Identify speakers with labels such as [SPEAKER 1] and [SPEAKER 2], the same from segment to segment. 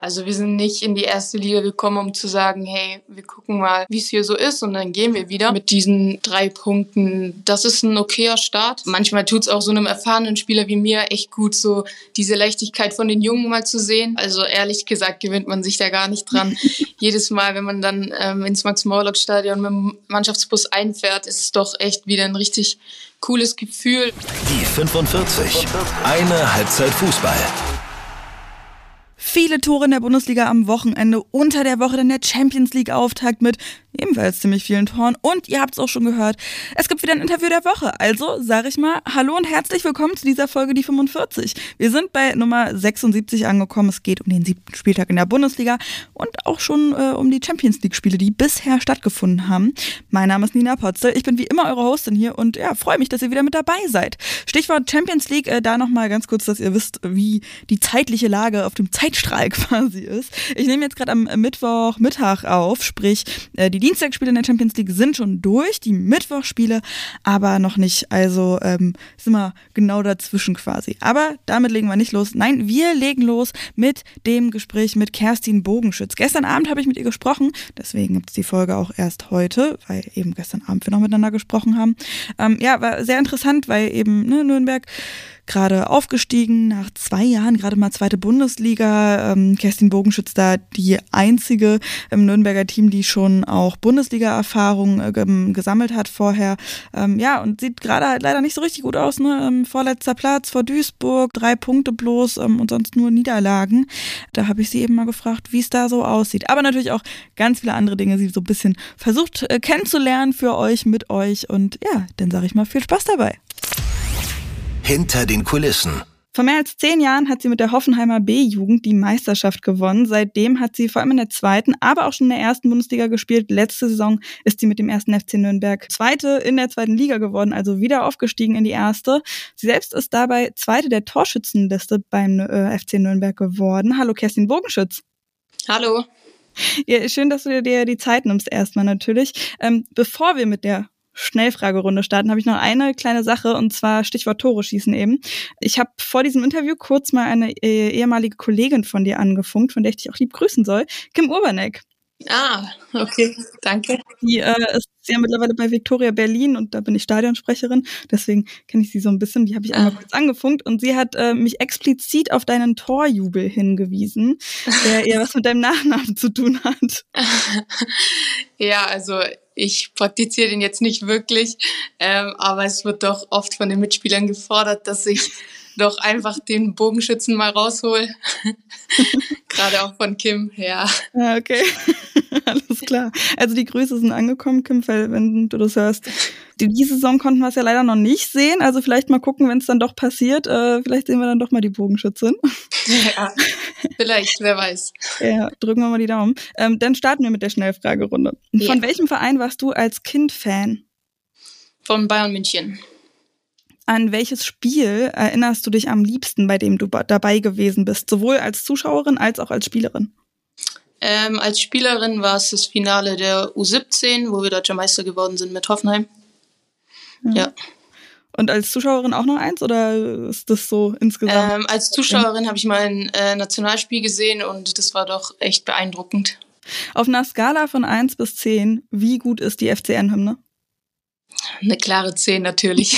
[SPEAKER 1] Also wir sind nicht in die erste Liga gekommen, um zu sagen, hey, wir gucken mal, wie es hier so ist und dann gehen wir wieder mit diesen 3 Punkten. Das ist ein okayer Start. Manchmal tut's auch so einem erfahrenen Spieler wie mir echt gut, so diese Leichtigkeit von den Jungen mal zu sehen. Also ehrlich gesagt gewöhnt man sich da gar nicht dran. Jedes Mal, wenn man dann ins Max-Morlock-Stadion mit dem Mannschaftsbus einfährt, ist es doch echt wieder ein richtig cooles Gefühl.
[SPEAKER 2] Die 45. Eine Halbzeit Fußball.
[SPEAKER 3] Viele Tore in der Bundesliga am Wochenende, unter der Woche dann der Champions League Auftakt mit ebenfalls ziemlich vielen Toren und ihr habt es auch schon gehört, es gibt wieder ein Interview der Woche. Also sage ich mal, hallo und herzlich willkommen zu dieser Folge, die 45. Wir sind bei Nummer 76 angekommen, es geht um den 7. Spieltag in der Bundesliga und auch schon um die Champions League Spiele, die bisher stattgefunden haben. Mein Name ist Nina Potzel, ich bin wie immer eure Hostin hier und ja, freue mich, dass ihr wieder mit dabei seid. Stichwort Champions League, da nochmal ganz kurz, dass ihr wisst, wie die zeitliche Lage auf dem Zeitstrahl quasi ist. Ich nehme jetzt gerade am Mittwochmittag auf, sprich die Dienstagsspiele in der Champions League sind schon durch, die Mittwochspiele aber noch nicht, also sind wir genau dazwischen quasi. Aber damit legen wir nicht los. Nein, wir legen los mit dem Gespräch mit Kerstin Bogenschütz. Gestern Abend habe ich mit ihr gesprochen, deswegen gibt es die Folge auch erst heute, weil eben gestern Abend wir noch miteinander gesprochen haben. Ja, war sehr interessant, weil eben Nürnberg gerade aufgestiegen, nach 2 Jahren, gerade mal 2. Bundesliga. Kerstin Bogenschütz da die einzige im Nürnberger Team, die schon auch Bundesliga-Erfahrung gesammelt hat vorher. Ja, und sieht gerade halt leider nicht so richtig gut aus, ne? Vorletzter Platz vor Duisburg, 3 Punkte bloß und sonst nur Niederlagen. Da habe ich sie eben mal gefragt, wie es da so aussieht. Aber natürlich auch ganz viele andere Dinge, sie so ein bisschen versucht kennenzulernen für euch, mit euch. Und ja, dann sage ich mal, viel Spaß dabei.
[SPEAKER 2] Hinter den Kulissen.
[SPEAKER 3] Vor mehr als 10 Jahren hat sie mit der Hoffenheimer B-Jugend die Meisterschaft gewonnen. Seitdem hat sie vor allem in der 2., aber auch schon in der 1. Bundesliga gespielt. Letzte Saison ist sie mit dem 1. FC Nürnberg Zweite in der 2. Liga geworden, also wieder aufgestiegen in die 1. Sie selbst ist dabei Zweite der Torschützenliste beim FC Nürnberg geworden. Hallo Kerstin Bogenschütz.
[SPEAKER 1] Hallo.
[SPEAKER 3] Ja, schön, dass du dir die Zeit nimmst erstmal natürlich. Bevor wir mit der Schnellfragerunde starten, habe ich noch eine kleine Sache und zwar Stichwort Tore schießen eben. Ich habe vor diesem Interview kurz mal eine ehemalige Kollegin von dir angefunkt, von der ich dich auch lieb grüßen soll, Kim Urbanek.
[SPEAKER 1] Ah, okay, danke.
[SPEAKER 3] Die ist ja mittlerweile bei Viktoria Berlin und da bin ich Stadionsprecherin, deswegen kenne ich sie so ein bisschen, die habe ich einmal kurz angefunkt und sie hat mich explizit auf deinen Torjubel hingewiesen, der eher was mit deinem Nachnamen zu tun hat.
[SPEAKER 1] Ja, also ich praktiziere den jetzt nicht wirklich, aber es wird doch oft von den Mitspielern gefordert, dass ich doch einfach den Bogenschützen mal raushol. Gerade auch von Kim, ja.
[SPEAKER 3] Ja, okay. Alles klar. Also die Grüße sind angekommen, Kim, wenn du das hörst. Die Saison konnten wir es ja leider noch nicht sehen, also vielleicht mal gucken, wenn es dann doch passiert. Vielleicht sehen wir dann doch mal die Bogenschützin.
[SPEAKER 1] Ja, vielleicht, wer weiß.
[SPEAKER 3] Ja, drücken wir mal die Daumen. Dann starten wir mit der Schnellfragerunde. Von welchem Verein warst du als Kind Fan?
[SPEAKER 1] Von Bayern München.
[SPEAKER 3] An welches Spiel erinnerst du dich am liebsten, bei dem du dabei gewesen bist? Sowohl als Zuschauerin als auch als Spielerin?
[SPEAKER 1] Als Spielerin war es das Finale der U17, wo wir Deutscher Meister geworden sind mit Hoffenheim. Ja.
[SPEAKER 3] Und als Zuschauerin auch noch eins oder ist das so insgesamt?
[SPEAKER 1] Als Zuschauerin habe ich mal ein Nationalspiel gesehen und das war doch echt beeindruckend.
[SPEAKER 3] Auf einer Skala von 1 bis 10, wie gut ist die FCN-Hymne?
[SPEAKER 1] Eine klare 10 natürlich.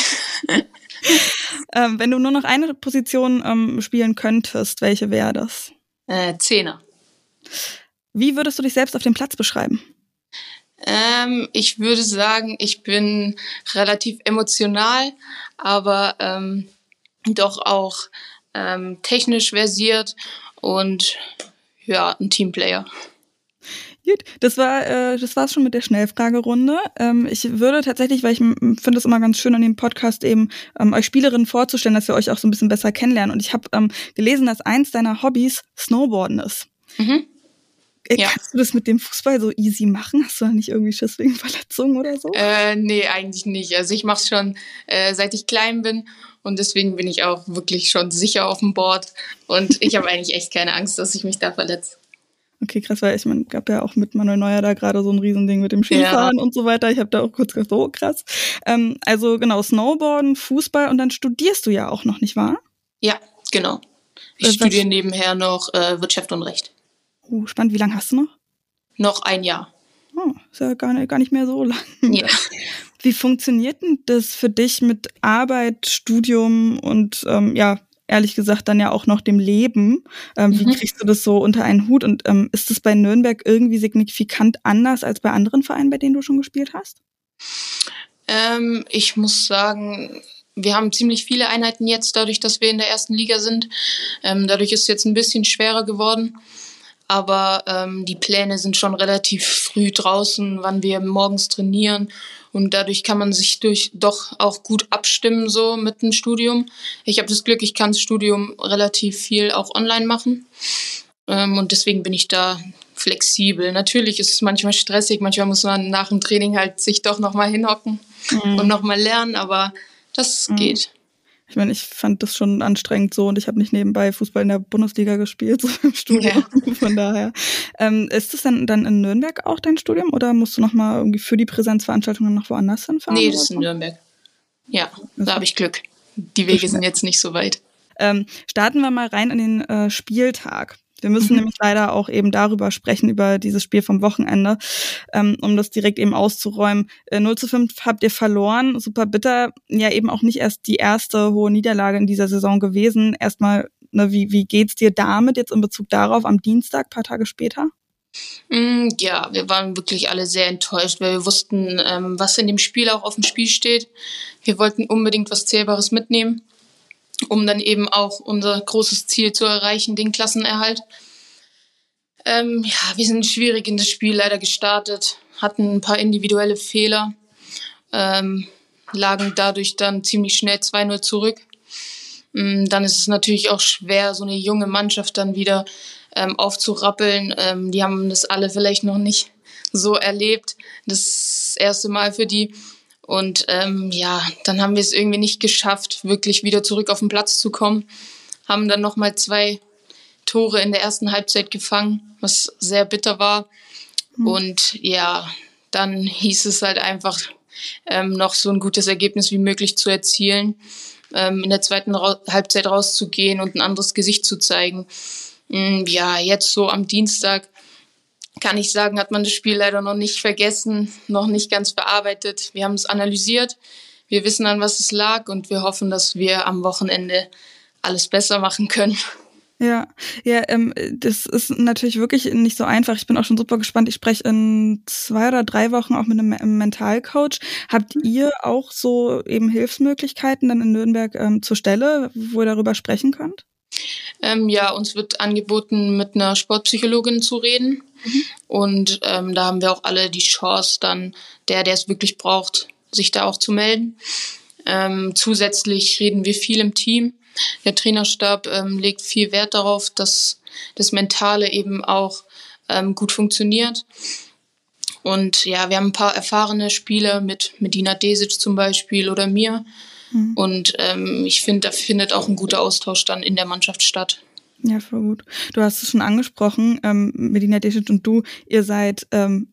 [SPEAKER 3] Wenn du nur noch eine Position spielen könntest, welche wäre das?
[SPEAKER 1] 10er.
[SPEAKER 3] Wie würdest du dich selbst auf dem Platz beschreiben?
[SPEAKER 1] Ich würde sagen, ich bin relativ emotional, aber doch auch technisch versiert und ja, ein Teamplayer.
[SPEAKER 3] Gut, das war's schon mit der Schnellfragerunde. Ich würde tatsächlich, weil ich finde es immer ganz schön an dem Podcast eben euch Spielerinnen vorzustellen, dass wir euch auch so ein bisschen besser kennenlernen. Und ich habe gelesen, dass eins deiner Hobbys Snowboarden ist.
[SPEAKER 1] Mhm. Ja.
[SPEAKER 3] Kannst du das mit dem Fußball so easy machen? Hast du da nicht irgendwie Schiss wegen Verletzungen oder so?
[SPEAKER 1] Nee, eigentlich nicht. Also ich mache es schon seit ich klein bin und deswegen bin ich auch wirklich schon sicher auf dem Board und ich habe eigentlich echt keine Angst, dass ich mich da verletze.
[SPEAKER 3] Okay, krass, weil ich meine, gab ja auch mit Manuel Neuer da gerade so ein Riesending mit dem Skifahren und so weiter. Ich habe da auch kurz gedacht, so krass. Also genau, Snowboarden, Fußball und dann studierst du ja auch noch, nicht wahr?
[SPEAKER 1] Ja, genau. Ich studiere nebenher noch Wirtschaft und Recht.
[SPEAKER 3] Spannend. Wie lange hast du noch?
[SPEAKER 1] Noch ein Jahr.
[SPEAKER 3] Oh, ist ja gar nicht mehr so lang.
[SPEAKER 1] Ja.
[SPEAKER 3] Wie funktioniert denn das für dich mit Arbeit, Studium und ehrlich gesagt dann ja auch noch dem Leben? Wie kriegst du das so unter einen Hut? Und ist das bei Nürnberg irgendwie signifikant anders als bei anderen Vereinen, bei denen du schon gespielt hast?
[SPEAKER 1] Ich muss sagen, wir haben ziemlich viele Einheiten jetzt, dadurch, dass wir in der ersten Liga sind. Dadurch ist es jetzt ein bisschen schwerer geworden. Aber die Pläne sind schon relativ früh draußen, wann wir morgens trainieren. Und dadurch kann man sich doch auch gut abstimmen so mit dem Studium. Ich habe das Glück, ich kann das Studium relativ viel auch online machen. Und deswegen bin ich da flexibel. Natürlich ist es manchmal stressig, manchmal muss man nach dem Training halt sich doch nochmal hinhocken und nochmal lernen, aber das geht.
[SPEAKER 3] Ich meine, ich fand das schon anstrengend so und ich habe nicht nebenbei Fußball in der Bundesliga gespielt, so im Studium. Ja. Von daher. Ist das dann in Nürnberg auch dein Studium oder musst du nochmal irgendwie für die Präsenzveranstaltungen noch woanders hinfahren?
[SPEAKER 1] Nee, das ist in Nürnberg. Ja, da habe ich Glück. Die Wege sind jetzt nicht so weit.
[SPEAKER 3] Starten wir mal rein in den Spieltag. Wir müssen nämlich leider auch eben darüber sprechen, über dieses Spiel vom Wochenende, um das direkt eben auszuräumen. 0:5 habt ihr verloren, super bitter. Ja, eben auch nicht erst die erste hohe Niederlage in dieser Saison gewesen. Erstmal, wie geht's dir damit jetzt in Bezug darauf am Dienstag, paar Tage später?
[SPEAKER 1] Ja, wir waren wirklich alle sehr enttäuscht, weil wir wussten, was in dem Spiel auch auf dem Spiel steht. Wir wollten unbedingt was Zählbares mitnehmen, um dann eben auch unser großes Ziel zu erreichen, den Klassenerhalt. Wir sind schwierig in das Spiel leider gestartet, hatten ein paar individuelle Fehler, lagen dadurch dann ziemlich schnell 2-0 zurück. Dann ist es natürlich auch schwer, so eine junge Mannschaft dann wieder aufzurappeln. Die haben das alle vielleicht noch nicht so erlebt, das erste Mal für die. Und dann haben wir es irgendwie nicht geschafft, wirklich wieder zurück auf den Platz zu kommen. Haben dann nochmal 2 Tore in der ersten Halbzeit gefangen, was sehr bitter war. Und ja, dann hieß es halt einfach, noch so ein gutes Ergebnis wie möglich zu erzielen, in der zweiten Halbzeit rauszugehen und ein anderes Gesicht zu zeigen. Jetzt so am Dienstag kann ich sagen, hat man das Spiel leider noch nicht vergessen, noch nicht ganz verarbeitet. Wir haben es analysiert, wir wissen, an was es lag und wir hoffen, dass wir am Wochenende alles besser machen können.
[SPEAKER 3] Ja, das ist natürlich wirklich nicht so einfach. Ich bin auch schon super gespannt. Ich spreche in 2 oder 3 Wochen auch mit einem Mentalcoach. Habt ihr auch so eben Hilfsmöglichkeiten dann in Nürnberg zur Stelle, wo ihr darüber sprechen könnt?
[SPEAKER 1] Uns wird angeboten, mit einer Sportpsychologin zu reden. Und da haben wir auch alle die Chance, dann der es wirklich braucht, sich da auch zu melden. Zusätzlich reden wir viel im Team. Der Trainerstab legt viel Wert darauf, dass das Mentale eben auch gut funktioniert. Und ja, wir haben ein paar erfahrene Spieler mit Medina Desic zum Beispiel oder mir. Und ich finde, da findet auch ein guter Austausch dann in der Mannschaft statt.
[SPEAKER 3] Ja, voll gut. Du hast es schon angesprochen, Medina Desic und du, ihr seid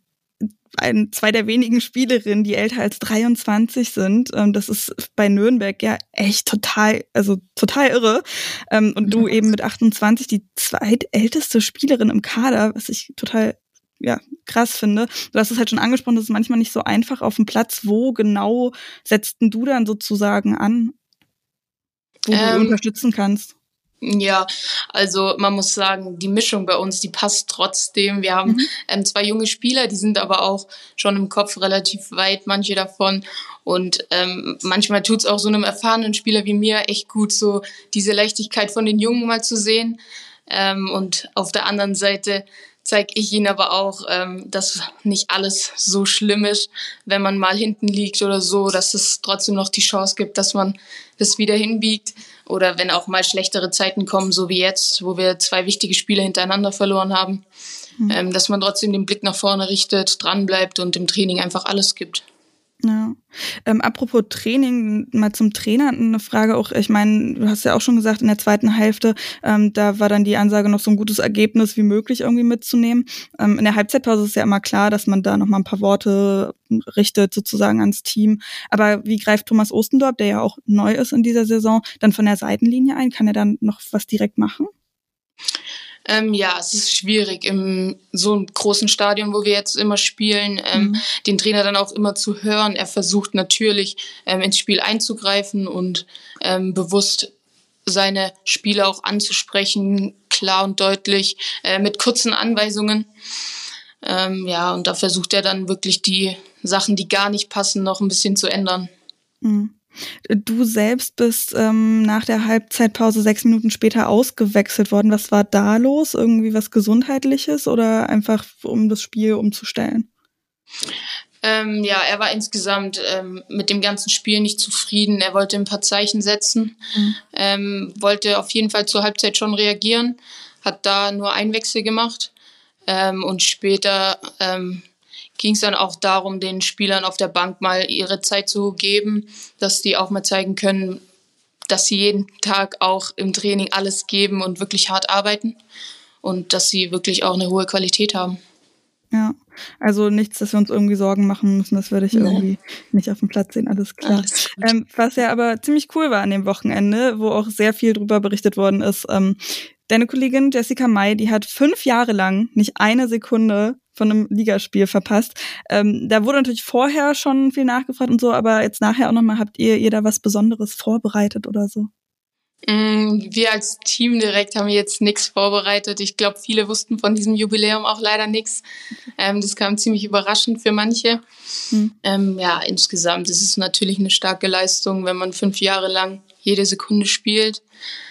[SPEAKER 3] 2 der wenigen Spielerinnen, die älter als 23 sind. Das ist bei Nürnberg ja echt total irre. Und du eben mit 28 die zweitälteste Spielerin im Kader, was ich total krass finde. Du hast es halt schon angesprochen, das ist manchmal nicht so einfach auf dem Platz. Wo genau setzt denn du dann sozusagen an, wo du unterstützen kannst?
[SPEAKER 1] Ja, also man muss sagen, die Mischung bei uns, die passt trotzdem. Wir haben 2 junge Spieler, die sind aber auch schon im Kopf relativ weit, manche davon. Und manchmal tut's auch so einem erfahrenen Spieler wie mir echt gut, so diese Leichtigkeit von den Jungen mal zu sehen. Und auf der anderen Seite zeige ich ihnen aber auch, dass nicht alles so schlimm ist, wenn man mal hinten liegt oder so, dass es trotzdem noch die Chance gibt, dass man das wieder hinbiegt. Oder wenn auch mal schlechtere Zeiten kommen, so wie jetzt, wo wir 2 wichtige Spiele hintereinander verloren haben, dass man trotzdem den Blick nach vorne richtet, dranbleibt und im Training einfach alles gibt.
[SPEAKER 3] Ja. Apropos Training, mal zum Trainer eine Frage auch. Ich meine, du hast ja auch schon gesagt, in der zweiten Hälfte, da war dann die Ansage, noch so ein gutes Ergebnis wie möglich irgendwie mitzunehmen. In der Halbzeitpause ist ja immer klar, dass man da noch mal ein paar Worte richtet sozusagen ans Team. Aber wie greift Thomas Ostendorp, der ja auch neu ist in dieser Saison, dann von der Seitenlinie ein? Kann er dann noch was direkt machen?
[SPEAKER 1] Ja, es ist schwierig in so einem großen Stadion, wo wir jetzt immer spielen, den Trainer dann auch immer zu hören. Er versucht natürlich ins Spiel einzugreifen und bewusst seine Spieler auch anzusprechen, klar und deutlich, mit kurzen Anweisungen. Ja, und da versucht er dann wirklich die Sachen, die gar nicht passen, noch ein bisschen zu ändern.
[SPEAKER 3] Mhm. Du selbst bist nach der Halbzeitpause 6 Minuten später ausgewechselt worden. Was war da los? Irgendwie was Gesundheitliches oder einfach um das Spiel umzustellen?
[SPEAKER 1] Ja, er war insgesamt mit dem ganzen Spiel nicht zufrieden. Er wollte ein paar Zeichen setzen, wollte auf jeden Fall zur Halbzeit schon reagieren, hat da nur einen Wechsel gemacht. Und später ging es dann auch darum, den Spielern auf der Bank mal ihre Zeit zu geben, dass die auch mal zeigen können, dass sie jeden Tag auch im Training alles geben und wirklich hart arbeiten und dass sie wirklich auch eine hohe Qualität haben.
[SPEAKER 3] Ja, also nichts, dass wir uns irgendwie Sorgen machen müssen, das würde ich irgendwie nicht auf dem Platz sehen, alles klar. Was ja aber ziemlich cool war an dem Wochenende, wo auch sehr viel drüber berichtet worden ist, deine Kollegin Jessica May, die hat 5 Jahre lang nicht eine Sekunde von einem Ligaspiel verpasst. Da wurde natürlich vorher schon viel nachgefragt und so, aber jetzt nachher auch nochmal, habt ihr da was Besonderes vorbereitet oder so?
[SPEAKER 1] Wir als Team direkt haben jetzt nichts vorbereitet. Ich glaube, viele wussten von diesem Jubiläum auch leider nichts. Das kam ziemlich überraschend für manche. Ja, insgesamt ist es natürlich eine starke Leistung, wenn man 5 Jahre lang jede Sekunde spielt.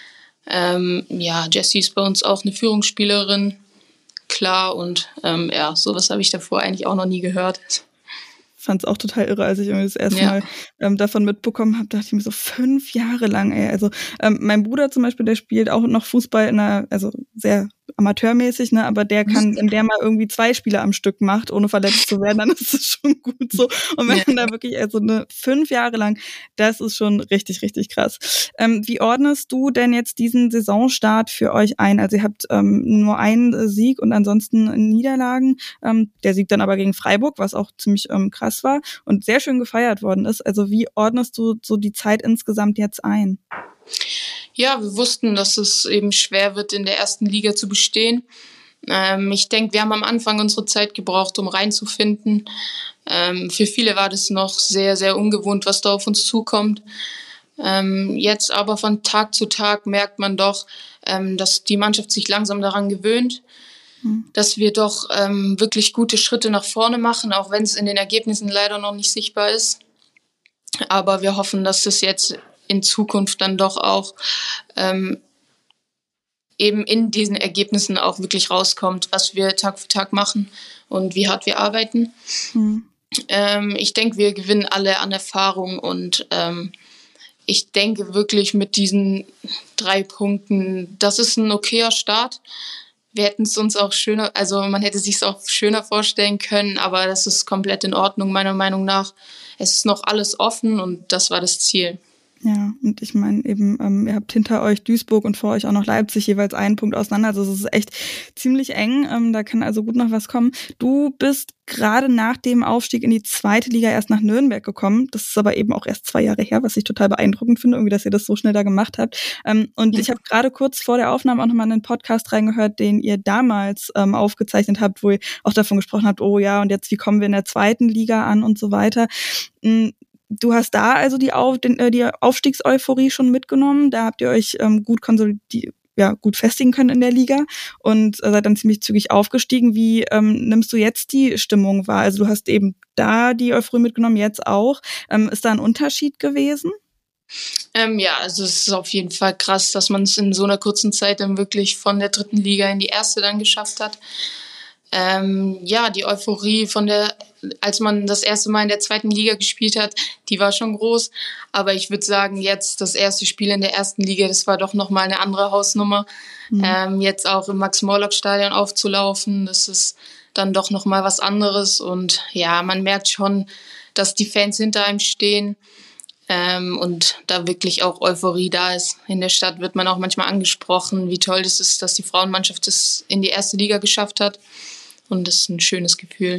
[SPEAKER 1] Ja, Jessie ist bei uns auch eine Führungsspielerin, klar. Und ja, sowas habe ich davor eigentlich auch noch nie gehört.
[SPEAKER 3] Fand es auch total irre, als ich irgendwie das erste Mal davon mitbekommen habe, dachte ich mir so 5 Jahre lang, ey. Also mein Bruder zum Beispiel, der spielt auch noch Fußball also sehr amateurmäßig, ne, aber der kann, wenn der mal irgendwie 2 Spiele am Stück macht, ohne verletzt zu werden, dann ist es schon gut so. Und wenn man da wirklich 5 Jahre lang, das ist schon richtig, richtig krass. Wie ordnest du denn jetzt diesen Saisonstart für euch ein? Also ihr habt nur einen Sieg und ansonsten Niederlagen. Der Sieg dann aber gegen Freiburg, was auch ziemlich krass war und sehr schön gefeiert worden ist. Also wie ordnest du so die Zeit insgesamt jetzt ein?
[SPEAKER 1] Ja, wir wussten, dass es eben schwer wird, in der ersten Liga zu bestehen. Ich denke, wir haben am Anfang unsere Zeit gebraucht, um reinzufinden. Für viele war das noch sehr, sehr ungewohnt, was da auf uns zukommt. Jetzt aber von Tag zu Tag merkt man doch, dass die Mannschaft sich langsam daran gewöhnt, dass wir doch wirklich gute Schritte nach vorne machen, auch wenn es in den Ergebnissen leider noch nicht sichtbar ist. Aber wir hoffen, dass das jetzt in Zukunft dann doch auch eben in diesen Ergebnissen auch wirklich rauskommt, was wir Tag für Tag machen und wie hart wir arbeiten. Ich denke, wir gewinnen alle an Erfahrung und ich denke wirklich mit diesen 3 Punkten, das ist ein okayer Start. Wir hätten es uns auch schöner, also man hätte sich es auch schöner vorstellen können, aber das ist komplett in Ordnung, meiner Meinung nach. Es ist noch alles offen und das war das Ziel.
[SPEAKER 3] Ja, und ich meine eben, ihr habt hinter euch Duisburg und vor euch auch noch Leipzig jeweils 1 Punkt auseinander. Also es ist echt ziemlich eng. Da kann also gut noch was kommen. Du bist gerade nach dem Aufstieg in die 2. Liga erst nach Nürnberg gekommen. Das ist aber eben auch erst 2 Jahre her, was ich total beeindruckend finde, irgendwie, dass ihr das so schnell da gemacht habt. Und ich habe gerade kurz vor der Aufnahme auch nochmal in einen Podcast reingehört, den ihr damals aufgezeichnet habt, wo ihr auch davon gesprochen habt, oh ja, und jetzt wie kommen wir in der 2. Liga an und so weiter. Du hast da also die Aufstiegseuphorie schon mitgenommen. Da habt ihr euch gut festigen können in der Liga und seid dann ziemlich zügig aufgestiegen. Wie nimmst du jetzt die Stimmung wahr? Also du hast eben da die Euphorie mitgenommen, jetzt auch. Ist da ein Unterschied gewesen?
[SPEAKER 1] Ja, also es ist auf jeden Fall krass, dass man es in so einer kurzen Zeit dann wirklich von der 3. Liga in die 1. dann geschafft hat. Ja, die Euphorie als man das erste Mal in der 2. Liga gespielt hat, die war schon groß. Aber ich würde sagen, jetzt das erste Spiel in der 1. Liga, das war doch nochmal eine andere Hausnummer. Jetzt auch im Max-Morlock-Stadion aufzulaufen, das ist dann doch nochmal was anderes. Und ja, man merkt schon, dass die Fans hinter einem stehen und da wirklich auch Euphorie da ist. In der Stadt wird man auch manchmal angesprochen, wie toll das ist, dass die Frauenmannschaft das in die 1. Liga geschafft hat. Und das ist ein schönes Gefühl.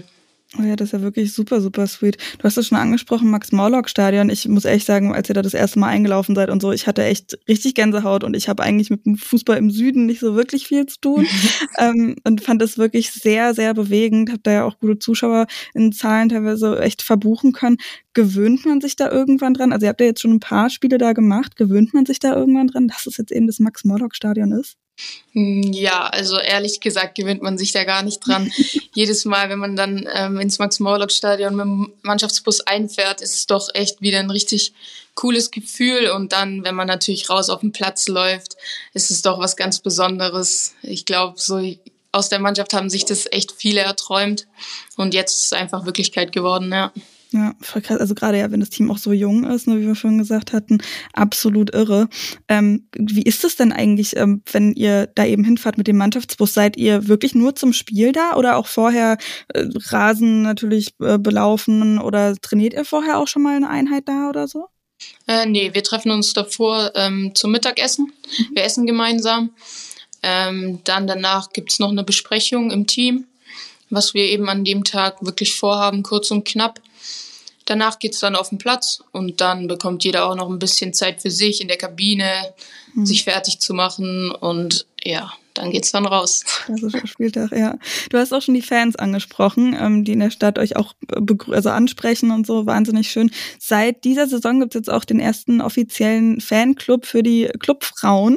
[SPEAKER 3] Oh ja, das ist ja wirklich super, super sweet. Du hast es schon angesprochen, Max-Morlock-Stadion. Ich muss ehrlich sagen, als ihr da das erste Mal eingelaufen seid und so, ich hatte echt richtig Gänsehaut und ich habe eigentlich mit dem Fußball im Süden nicht so wirklich viel zu tun und fand das wirklich sehr, sehr bewegend. Hab da ja auch gute Zuschauer in Zahlen teilweise echt verbuchen können. Gewöhnt man sich da irgendwann dran? Also ihr habt ja jetzt schon ein paar Spiele da gemacht. Gewöhnt man sich da irgendwann dran, dass es jetzt eben das Max-Morlock-Stadion ist?
[SPEAKER 1] Ja, also ehrlich gesagt gewöhnt man sich da gar nicht dran. Jedes Mal, wenn man dann ins Max-Morlock-Stadion mit dem Mannschaftsbus einfährt, ist es doch echt wieder ein richtig cooles Gefühl. Und dann, wenn man natürlich raus auf den Platz läuft, ist es doch was ganz Besonderes. Ich glaube, so aus der Mannschaft haben sich das echt viele erträumt. Und jetzt ist es einfach Wirklichkeit geworden, ja.
[SPEAKER 3] Ja, voll krass. Also gerade ja, wenn das Team auch so jung ist, ne, wie wir schon gesagt hatten, absolut irre. Wie ist es denn eigentlich, wenn ihr da eben hinfahrt mit dem Mannschaftsbus? Seid ihr wirklich nur zum Spiel da oder auch vorher Rasen natürlich belaufen oder trainiert ihr vorher auch schon mal eine Einheit da oder so?
[SPEAKER 1] Nee, wir treffen uns davor zum Mittagessen. Wir essen gemeinsam. Dann danach gibt's noch eine Besprechung im Team, was wir eben an dem Tag wirklich vorhaben, kurz und knapp. Danach geht's dann auf den Platz und dann bekommt jeder auch noch ein bisschen Zeit für sich in der Kabine, sich fertig zu machen und ja, dann geht's dann raus.
[SPEAKER 3] Klassischer Spieltag, ja. Du hast auch schon die Fans angesprochen, die in der Stadt euch auch ansprechen und so, wahnsinnig schön. Seit dieser Saison gibt's jetzt auch den ersten offiziellen Fanclub für die Clubfrauen.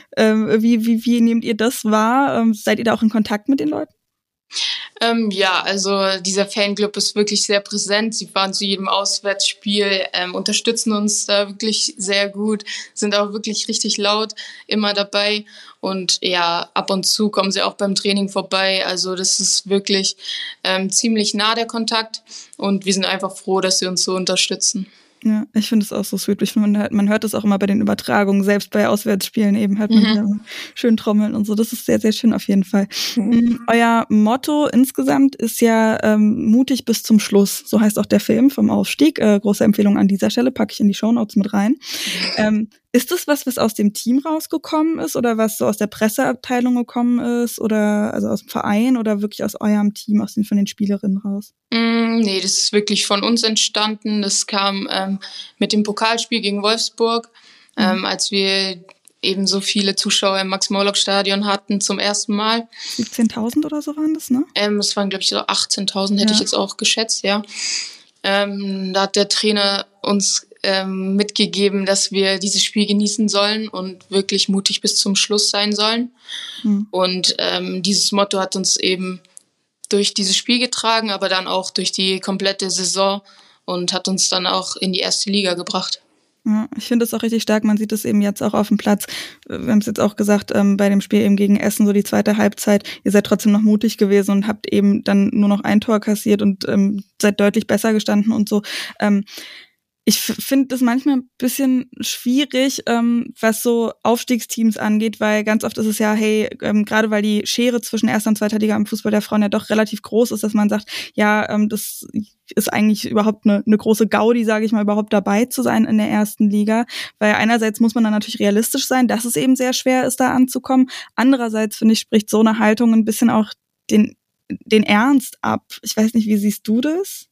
[SPEAKER 3] Wie nehmt ihr das wahr? Seid ihr da auch in Kontakt mit den Leuten?
[SPEAKER 1] Ja, also dieser Fanclub ist wirklich sehr präsent. Sie fahren zu jedem Auswärtsspiel, unterstützen uns da wirklich sehr gut, sind auch wirklich richtig laut immer dabei. Und ja, ab und zu kommen sie auch beim Training vorbei. Also das ist wirklich ziemlich nah, der Kontakt. Und wir sind einfach froh, dass sie uns so unterstützen.
[SPEAKER 3] Ja, ich finde es auch so sweet. Ich finde, man hört es auch immer bei den Übertragungen, selbst bei Auswärtsspielen eben hört man wieder schön trommeln und so. Das ist sehr, sehr schön auf jeden Fall. Euer Motto insgesamt ist ja mutig bis zum Schluss. So heißt auch der Film vom Aufstieg. Große Empfehlung an dieser Stelle, packe ich in die Shownotes mit rein. Ist das was aus dem Team rausgekommen ist oder was so aus der Presseabteilung gekommen ist oder also aus dem Verein oder wirklich aus eurem Team, von den Spielerinnen raus?
[SPEAKER 1] Nee, das ist wirklich von uns entstanden. Das kam mit dem Pokalspiel gegen Wolfsburg, als wir eben so viele Zuschauer im Max-Morlock-Stadion hatten zum ersten Mal.
[SPEAKER 3] 17.000 oder so waren das, ne?
[SPEAKER 1] Es waren, glaube ich, so 18.000, hätte ich jetzt auch geschätzt, ja. Da hat der Trainer uns mitgegeben, dass wir dieses Spiel genießen sollen und wirklich mutig bis zum Schluss sein sollen. Und dieses Motto hat uns eben durch dieses Spiel getragen, aber dann auch durch die komplette Saison und hat uns dann auch in die erste Liga gebracht.
[SPEAKER 3] Ja, ich finde es auch richtig stark. Man sieht es eben jetzt auch auf dem Platz. Wir haben es jetzt auch gesagt, bei dem Spiel eben gegen Essen, so die zweite Halbzeit. Ihr seid trotzdem noch mutig gewesen und habt eben dann nur noch ein Tor kassiert und seid deutlich besser gestanden und so. Ich finde das manchmal ein bisschen schwierig, was so Aufstiegsteams angeht, weil ganz oft ist es ja, gerade weil die Schere zwischen erster und zweiter Liga im Fußball der Frauen ja doch relativ groß ist, dass man sagt, ja, das ist eigentlich überhaupt eine große Gaudi, sage ich mal, überhaupt dabei zu sein in der ersten Liga, weil einerseits muss man dann natürlich realistisch sein, dass es eben sehr schwer ist, da anzukommen. Andererseits, finde ich, spricht so eine Haltung ein bisschen auch den Ernst ab. Ich weiß nicht, wie siehst du das?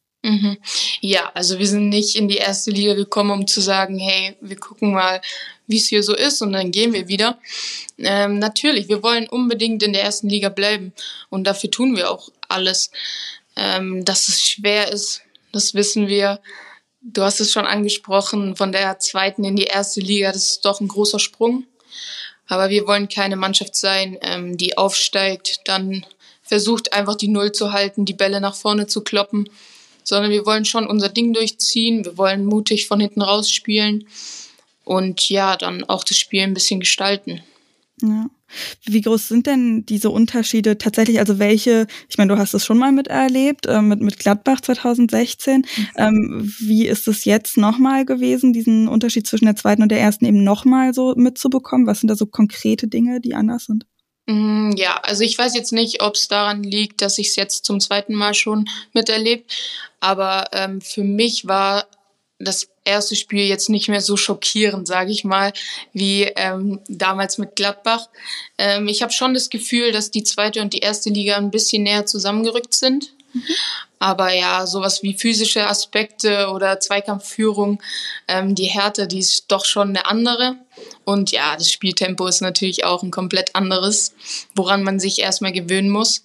[SPEAKER 1] Ja, also wir sind nicht in die erste Liga gekommen, um zu sagen, hey, wir gucken mal, wie es hier so ist und dann gehen wir wieder. Natürlich, wir wollen unbedingt in der ersten Liga bleiben und dafür tun wir auch alles. Dass es schwer ist, das wissen wir. Du hast es schon angesprochen, von der zweiten in die erste Liga, das ist doch ein großer Sprung. Aber wir wollen keine Mannschaft sein, die aufsteigt, dann versucht einfach die Null zu halten, die Bälle nach vorne zu kloppen, sondern wir wollen schon unser Ding durchziehen, wir wollen mutig von hinten raus spielen und ja, dann auch das Spiel ein bisschen gestalten.
[SPEAKER 3] Ja. Wie groß sind denn diese Unterschiede tatsächlich? Also welche, ich meine, du hast es schon mal miterlebt, mit Gladbach 2016. Wie ist es jetzt nochmal gewesen, diesen Unterschied zwischen der zweiten und der ersten eben nochmal so mitzubekommen? Was sind da so konkrete Dinge, die anders sind?
[SPEAKER 1] Ja, also ich weiß jetzt nicht, ob es daran liegt, dass ich es jetzt zum zweiten Mal schon miterlebt, aber für mich war das erste Spiel jetzt nicht mehr so schockierend, sage ich mal, wie damals mit Gladbach. Ich habe schon das Gefühl, dass die zweite und die erste Liga ein bisschen näher zusammengerückt sind. Aber ja, sowas wie physische Aspekte oder Zweikampfführung, die Härte, die ist doch schon eine andere. Und ja, das Spieltempo ist natürlich auch ein komplett anderes, woran man sich erstmal gewöhnen muss.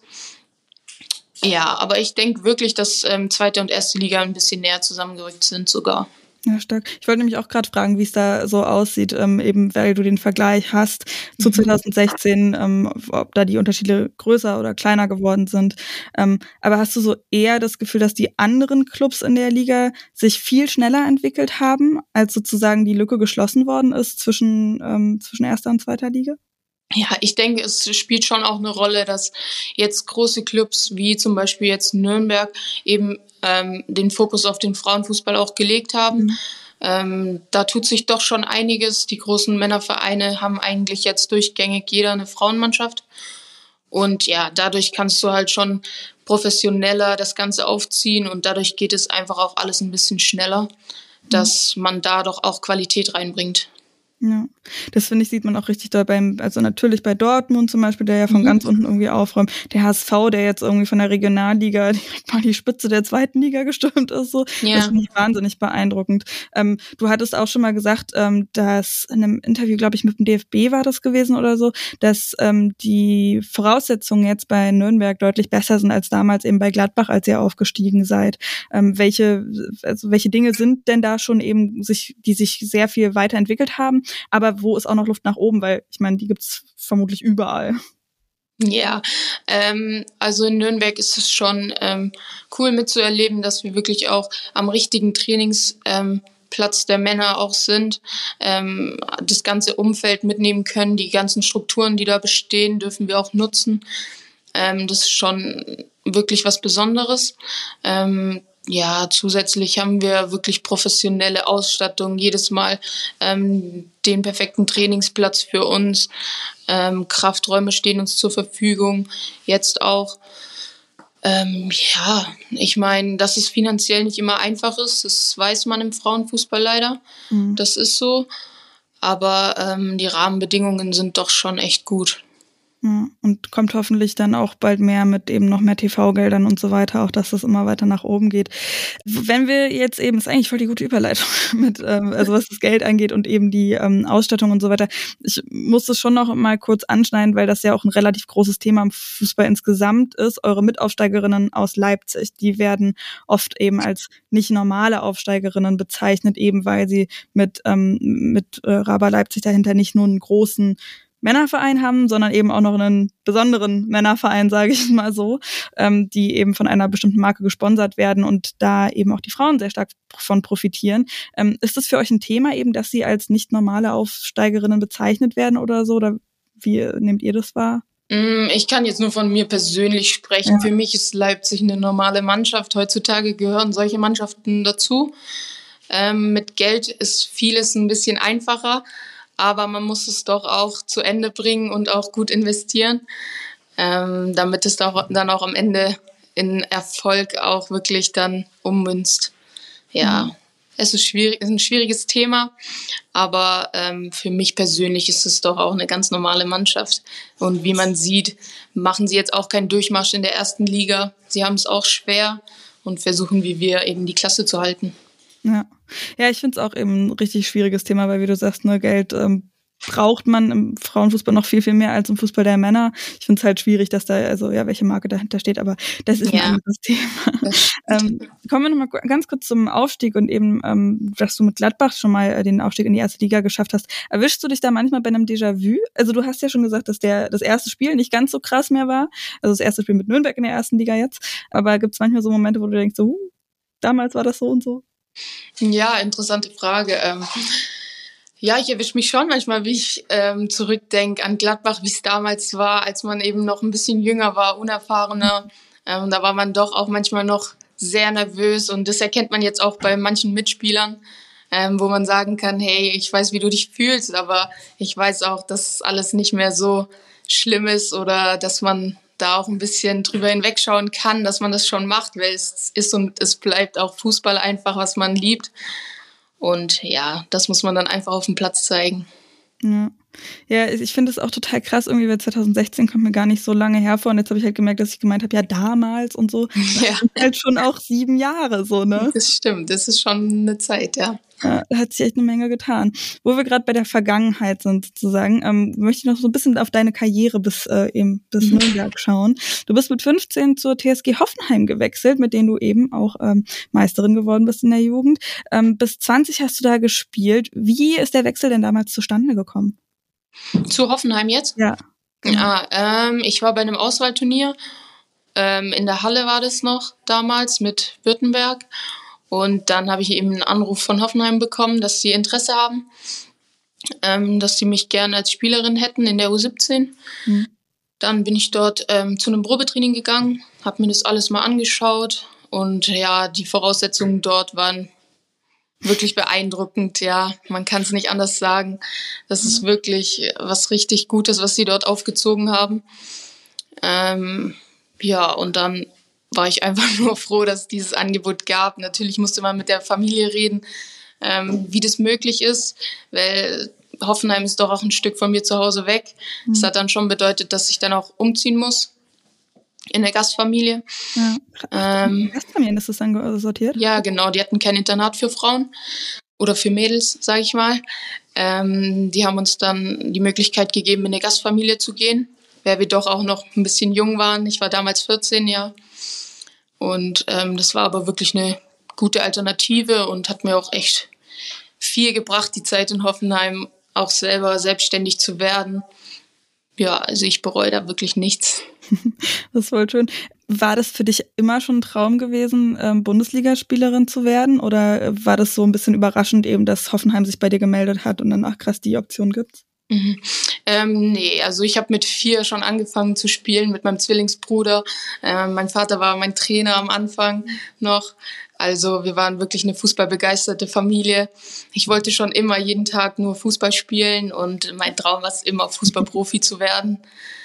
[SPEAKER 1] Ja, aber ich denke wirklich, dass zweite und erste Liga ein bisschen näher zusammengerückt sind sogar.
[SPEAKER 3] Ja, stark. Ich wollte nämlich auch gerade fragen, wie es da so aussieht, eben weil du den Vergleich hast zu 2016, ob da die Unterschiede größer oder kleiner geworden sind. Aber hast du so eher das Gefühl, dass die anderen Clubs in der Liga sich viel schneller entwickelt haben, als sozusagen die Lücke geschlossen worden ist zwischen erster und zweiter Liga?
[SPEAKER 1] Ja, ich denke, es spielt schon auch eine Rolle, dass jetzt große Clubs wie zum Beispiel jetzt Nürnberg eben den Fokus auf den Frauenfußball auch gelegt haben. Da tut sich doch schon einiges. Die großen Männervereine haben eigentlich jetzt durchgängig jeder eine Frauenmannschaft. Und ja, dadurch kannst du halt schon professioneller das Ganze aufziehen und dadurch geht es einfach auch alles ein bisschen schneller, dass man da doch auch Qualität reinbringt.
[SPEAKER 3] Ja, das finde ich, sieht man auch richtig doll also natürlich bei Dortmund zum Beispiel, der ja von ganz unten irgendwie aufräumt. Der HSV, der jetzt irgendwie von der Regionalliga direkt mal die Spitze der zweiten Liga gestürmt ist, so. Ja. Das finde ich wahnsinnig beeindruckend. Du hattest auch schon mal gesagt, dass in einem Interview, glaube ich, mit dem DFB war das gewesen oder so, dass die Voraussetzungen jetzt bei Nürnberg deutlich besser sind als damals eben bei Gladbach, als ihr aufgestiegen seid. Welche Dinge sind denn da schon eben die sich sehr viel weiterentwickelt haben? Aber wo ist auch noch Luft nach oben? Weil, ich meine, die gibt's vermutlich überall.
[SPEAKER 1] Ja, also in Nürnberg ist es schon cool mitzuerleben, dass wir wirklich auch am richtigen Trainingsplatz der Männer auch sind, das ganze Umfeld mitnehmen können, die ganzen Strukturen, die da bestehen, dürfen wir auch nutzen. Das ist schon wirklich was Besonderes. Ja, zusätzlich haben wir wirklich professionelle Ausstattung, jedes Mal den perfekten Trainingsplatz für uns. Krafträume stehen uns zur Verfügung, jetzt auch. Ja, ich meine, dass es finanziell nicht immer einfach ist, das weiß man im Frauenfußball leider. Das ist so. Aber die Rahmenbedingungen sind doch schon echt gut.
[SPEAKER 3] Ja, und kommt hoffentlich dann auch bald mehr mit eben noch mehr TV-Geldern und so weiter, auch dass das immer weiter nach oben geht. Wenn wir jetzt eben, ist eigentlich voll die gute Überleitung mit, also was das Geld angeht und eben die Ausstattung und so weiter. Ich muss das schon noch mal kurz anschneiden, weil das ja auch ein relativ großes Thema im Fußball insgesamt ist. Eure Mitaufsteigerinnen aus Leipzig, die werden oft eben als nicht normale Aufsteigerinnen bezeichnet, eben weil sie mit Raba Leipzig dahinter nicht nur einen großen Männerverein haben, sondern eben auch noch einen besonderen Männerverein, sage ich mal so, die eben von einer bestimmten Marke gesponsert werden und da eben auch die Frauen sehr stark von profitieren. Ist das für euch ein Thema eben, dass sie als nicht normale Aufsteigerinnen bezeichnet werden oder so? Oder wie nehmt ihr das wahr?
[SPEAKER 1] Ich kann jetzt nur von mir persönlich sprechen. Ja. Für mich ist Leipzig eine normale Mannschaft. Heutzutage gehören solche Mannschaften dazu. Mit Geld ist vieles ein bisschen einfacher. Aber man muss es doch auch zu Ende bringen und auch gut investieren, damit es dann auch am Ende in Erfolg auch wirklich dann ummünzt. Ja, es ist ein schwieriges Thema, aber für mich persönlich ist es doch auch eine ganz normale Mannschaft. Und wie man sieht, machen sie jetzt auch keinen Durchmarsch in der ersten Liga. Sie haben es auch schwer und versuchen, wie wir, eben die Klasse zu halten.
[SPEAKER 3] Ja, ich finde es auch eben ein richtig schwieriges Thema, weil wie du sagst, ne, Geld braucht man im Frauenfußball noch viel, viel mehr als im Fußball der Männer. Ich finde es halt schwierig, dass da, also ja, welche Marke dahinter steht, aber das ist ein anderes Thema. Kommen wir nochmal ganz kurz zum Aufstieg und eben, dass du mit Gladbach schon mal den Aufstieg in die erste Liga geschafft hast. Erwischst du dich da manchmal bei einem Déjà-vu? Also du hast ja schon gesagt, dass das erste Spiel nicht ganz so krass mehr war, also das erste Spiel mit Nürnberg in der ersten Liga jetzt, aber gibt es manchmal so Momente, wo du denkst, so, damals war das so und so?
[SPEAKER 1] Ja, interessante Frage. Ja, ich erwische mich schon manchmal, wie ich zurückdenke an Gladbach, wie es damals war, als man eben noch ein bisschen jünger war, unerfahrener. Da war man doch auch manchmal noch sehr nervös und das erkennt man jetzt auch bei manchen Mitspielern, wo man sagen kann, hey, ich weiß, wie du dich fühlst, aber ich weiß auch, dass alles nicht mehr so schlimm ist oder dass man da auch ein bisschen drüber hinwegschauen kann, dass man das schon macht, weil es ist und es bleibt auch Fußball einfach, was man liebt. Und ja, das muss man dann einfach auf dem Platz zeigen.
[SPEAKER 3] Ja. Ja, ich finde es auch total krass, irgendwie, weil 2016 kommt mir gar nicht so lange hervor und jetzt habe ich halt gemerkt, dass ich gemeint habe, ja, damals und so.
[SPEAKER 1] Ja.
[SPEAKER 3] Das sind halt schon auch 7 Jahre so, ne?
[SPEAKER 1] Das stimmt, das ist schon eine Zeit, ja.
[SPEAKER 3] Ja, da hat sich echt eine Menge getan. Wo wir gerade bei der Vergangenheit sind sozusagen, möchte ich noch so ein bisschen auf deine Karriere bis Nürnberg schauen. Du bist mit 15 zur TSG Hoffenheim gewechselt, mit denen du eben auch Meisterin geworden bist in der Jugend. Bis 20 hast du da gespielt. Wie ist der Wechsel denn damals zustande gekommen?
[SPEAKER 1] Zu Hoffenheim jetzt?
[SPEAKER 3] Ja.
[SPEAKER 1] Genau. Ich war bei einem Auswahlturnier. In der Halle war das noch damals mit Württemberg. Und dann habe ich eben einen Anruf von Hoffenheim bekommen, dass sie Interesse haben, dass sie mich gerne als Spielerin hätten in der U17. Mhm. Dann bin ich dort zu einem Probetraining gegangen, habe mir das alles mal angeschaut. Und ja, die Voraussetzungen dort waren wirklich beeindruckend. Ja, man kann es nicht anders sagen. Das ist wirklich was richtig Gutes, was sie dort aufgezogen haben. Ja, und dann war ich einfach nur froh, dass es dieses Angebot gab. Natürlich musste man mit der Familie reden, wie das möglich ist, weil Hoffenheim ist doch auch ein Stück von mir zu Hause weg. Das hat dann schon bedeutet, dass ich dann auch umziehen muss in der Gastfamilie.
[SPEAKER 3] Ja. Gastfamilien ist das dann sortiert?
[SPEAKER 1] Ja, genau. Die hatten kein Internat für Frauen oder für Mädels, sage ich mal. Die haben uns dann die Möglichkeit gegeben, in eine Gastfamilie zu gehen, weil wir doch auch noch ein bisschen jung waren. Ich war damals 14, ja. Und das war aber wirklich eine gute Alternative und hat mir auch echt viel gebracht, die Zeit in Hoffenheim, auch selber selbstständig zu werden. Ja, also ich bereue da wirklich nichts.
[SPEAKER 3] Das ist voll schön. War das für dich immer schon ein Traum gewesen, Bundesligaspielerin zu werden? Oder war das so ein bisschen überraschend eben, dass Hoffenheim sich bei dir gemeldet hat und dann, ach krass, die Option gibt's?
[SPEAKER 1] Nee, also ich habe mit 4 schon angefangen zu spielen mit meinem Zwillingsbruder. Mein Vater war mein Trainer am Anfang noch. Also wir waren wirklich eine fußballbegeisterte Familie. Ich wollte schon immer jeden Tag nur Fußball spielen und mein Traum war es immer, Fußballprofi zu werden.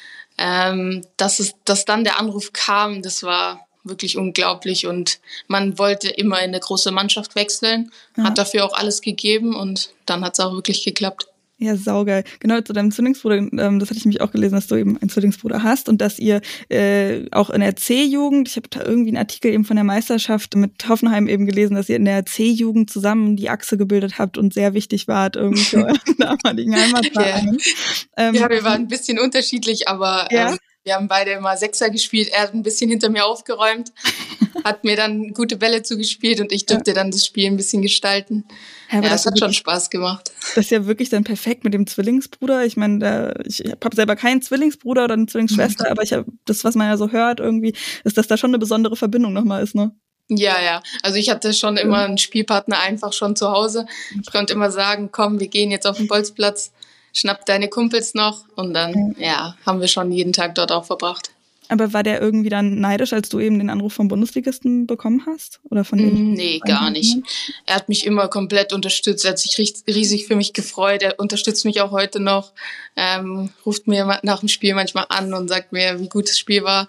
[SPEAKER 1] Dass dann der Anruf kam, das war wirklich unglaublich und man wollte immer in eine große Mannschaft wechseln, hat dafür auch alles gegeben und dann hat es auch wirklich geklappt.
[SPEAKER 3] Ja, saugeil. Genau, zu deinem Zwillingsbruder, das hatte ich mich auch gelesen, dass du eben einen Zwillingsbruder hast und dass ihr auch in der C-Jugend, ich habe da irgendwie einen Artikel eben von der Meisterschaft mit Hoffenheim eben gelesen, dass ihr in der C-Jugend zusammen die Achse gebildet habt und sehr wichtig wart irgendwie für euren damaligen Heimatverein.
[SPEAKER 1] Ja, wir waren ein bisschen unterschiedlich, aber wir haben beide immer Sechser gespielt. Er hat ein bisschen hinter mir aufgeräumt, hat mir dann gute Bälle zugespielt und ich durfte dann das Spiel ein bisschen gestalten. Ja, aber das hat schon Spaß gemacht.
[SPEAKER 3] Das ist ja wirklich dann perfekt mit dem Zwillingsbruder. Ich meine, ich habe selber keinen Zwillingsbruder oder eine Zwillingsschwester, aber das, was man ja so hört irgendwie, ist, dass da schon eine besondere Verbindung nochmal ist, ne?
[SPEAKER 1] Ja. Also ich hatte schon immer einen Spielpartner einfach schon zu Hause. Ich konnte immer sagen, komm, wir gehen jetzt auf den Bolzplatz, schnapp deine Kumpels noch und dann, haben wir schon jeden Tag dort auch verbracht.
[SPEAKER 3] Aber war der irgendwie dann neidisch, als du eben den Anruf vom Bundesligisten bekommen hast? Oder von dem?
[SPEAKER 1] Nee, gar nicht. Er hat mich immer komplett unterstützt. Er hat sich riesig für mich gefreut. Er unterstützt mich auch heute noch. Ruft mir nach dem Spiel manchmal an und sagt mir, wie gut das Spiel war.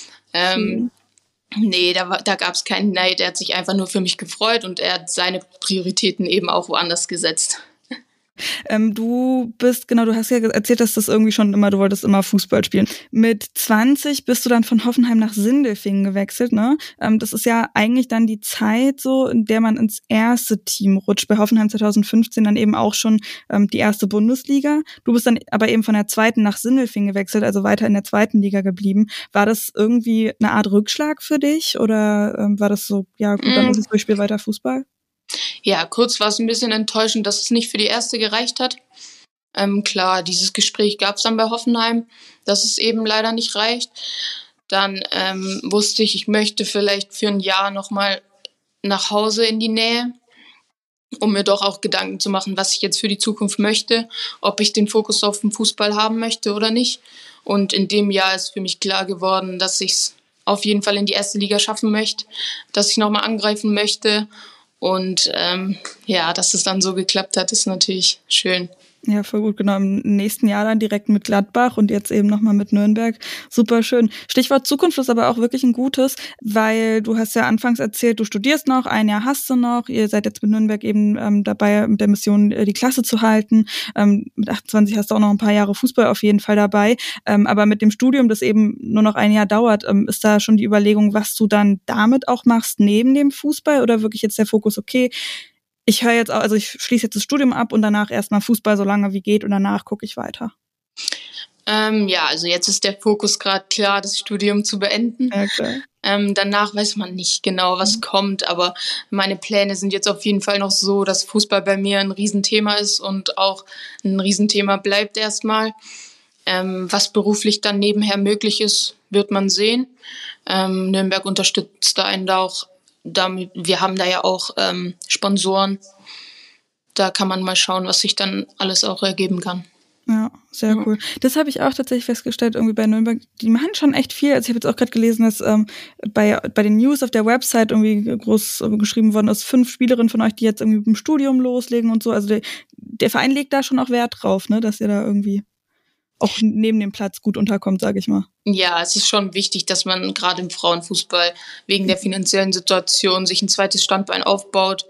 [SPEAKER 1] Nee, da gab es keinen Neid. Er hat sich einfach nur für mich gefreut und er hat seine Prioritäten eben auch woanders gesetzt.
[SPEAKER 3] Du hast ja erzählt, dass das irgendwie schon immer, du wolltest immer Fußball spielen. Mit 20 bist du dann von Hoffenheim nach Sindelfingen gewechselt, ne? Das ist ja eigentlich dann die Zeit so, in der man ins erste Team rutscht. Bei Hoffenheim 2015 dann eben auch schon die erste Bundesliga. Du bist dann aber eben von der zweiten nach Sindelfingen gewechselt, also weiter in der zweiten Liga geblieben. War das irgendwie eine Art Rückschlag für dich oder war das so, ja gut, dann ist es Durchspiel weiter Fußball?
[SPEAKER 1] Ja, kurz war es ein bisschen enttäuschend, dass es nicht für die erste gereicht hat. Klar, dieses Gespräch gab es dann bei Hoffenheim, dass es eben leider nicht reicht. Dann wusste ich möchte vielleicht für ein Jahr nochmal nach Hause in die Nähe, um mir doch auch Gedanken zu machen, was ich jetzt für die Zukunft möchte, ob ich den Fokus auf den Fußball haben möchte oder nicht. Und in dem Jahr ist für mich klar geworden, dass ich es auf jeden Fall in die erste Liga schaffen möchte, dass ich nochmal angreifen möchte. Und dass es dann so geklappt hat, ist natürlich schön.
[SPEAKER 3] Ja, voll gut, genau. Im nächsten Jahr dann direkt mit Gladbach und jetzt eben nochmal mit Nürnberg. Super schön. Stichwort Zukunft ist aber auch wirklich ein gutes, weil du hast ja anfangs erzählt, du studierst noch, ein Jahr hast du noch, ihr seid jetzt mit Nürnberg eben dabei, mit der Mission die Klasse zu halten. Mit 28 hast du auch noch ein paar Jahre Fußball auf jeden Fall dabei. Aber mit dem Studium, das eben nur noch ein Jahr dauert, ist da schon die Überlegung, was du dann damit auch machst, neben dem Fußball, oder wirklich jetzt der Fokus, okay, ich höre jetzt, also ich schließe jetzt das Studium ab und danach erstmal Fußball so lange wie geht und danach gucke ich weiter.
[SPEAKER 1] Ja, also jetzt ist der Fokus gerade klar, das Studium zu beenden.
[SPEAKER 3] Okay.
[SPEAKER 1] Danach weiß man nicht genau, was kommt, aber meine Pläne sind jetzt auf jeden Fall noch so, dass Fußball bei mir ein Riesenthema ist und auch ein Riesenthema bleibt erstmal. Was beruflich dann nebenher möglich ist, wird man sehen. Nürnberg unterstützt einen da auch damit. Wir haben da ja auch Sponsoren. Da kann man mal schauen, was sich dann alles auch ergeben kann.
[SPEAKER 3] Ja, sehr cool. Das habe ich auch tatsächlich festgestellt, irgendwie bei Nürnberg. Die machen schon echt viel. Also ich habe jetzt auch gerade gelesen, dass bei den News auf der Website irgendwie groß geschrieben worden ist, 5 Spielerinnen von euch, die jetzt irgendwie mit dem Studium loslegen und so. Also der Verein legt da schon auch Wert drauf, ne, dass ihr da irgendwie auch neben dem Platz gut unterkommt, sage ich mal.
[SPEAKER 1] Ja, es ist schon wichtig, dass man gerade im Frauenfußball wegen der finanziellen Situation sich ein zweites Standbein aufbaut.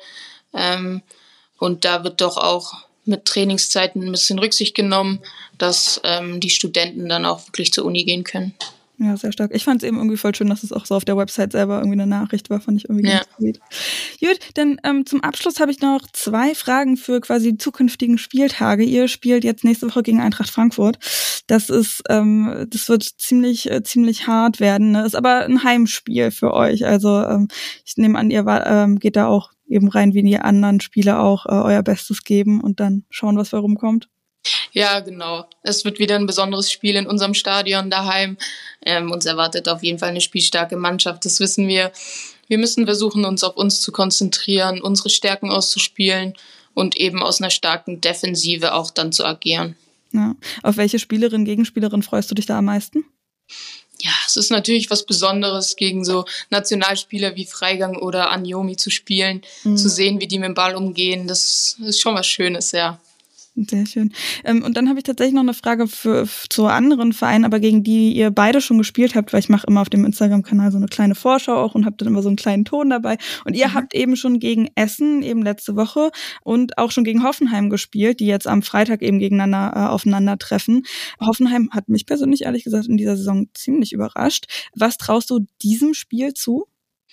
[SPEAKER 1] Und da wird doch auch mit Trainingszeiten ein bisschen Rücksicht genommen, dass die Studenten dann auch wirklich zur Uni gehen können.
[SPEAKER 3] Ja, sehr stark. Ich fand es eben irgendwie voll schön, dass es auch so auf der Website selber irgendwie eine Nachricht war, fand ich irgendwie ganz gut. Gut, dann zum Abschluss habe ich noch 2 Fragen für quasi die zukünftigen Spieltage. Ihr spielt jetzt nächste Woche gegen Eintracht Frankfurt. Das wird ziemlich hart werden, ne? Ist aber ein Heimspiel für euch. Also ich nehme an, ihr geht da auch eben rein, wie die anderen Spieler auch euer Bestes geben und dann schauen, was bei rumkommt.
[SPEAKER 1] Ja, genau. Es wird wieder ein besonderes Spiel in unserem Stadion daheim. Uns erwartet auf jeden Fall eine spielstarke Mannschaft, das wissen wir. Wir müssen versuchen, uns auf uns zu konzentrieren, unsere Stärken auszuspielen und eben aus einer starken Defensive auch dann zu agieren.
[SPEAKER 3] Ja. Auf welche Gegenspielerin freust du dich da am meisten?
[SPEAKER 1] Ja, es ist natürlich was Besonderes, gegen so Nationalspieler wie Freigang oder Anjomi zu spielen, zu sehen, wie die mit dem Ball umgehen. Das ist schon was Schönes, ja.
[SPEAKER 3] Sehr schön. Und dann habe ich tatsächlich noch eine Frage zu anderen Vereinen, aber gegen die ihr beide schon gespielt habt, weil ich mache immer auf dem Instagram-Kanal so eine kleine Vorschau auch und habe dann immer so einen kleinen Ton dabei. Und ihr habt eben schon gegen Essen, eben letzte Woche, und auch schon gegen Hoffenheim gespielt, die jetzt am Freitag eben gegeneinander aufeinandertreffen. Hoffenheim hat mich persönlich, ehrlich gesagt, in dieser Saison ziemlich überrascht. Was traust du diesem Spiel zu?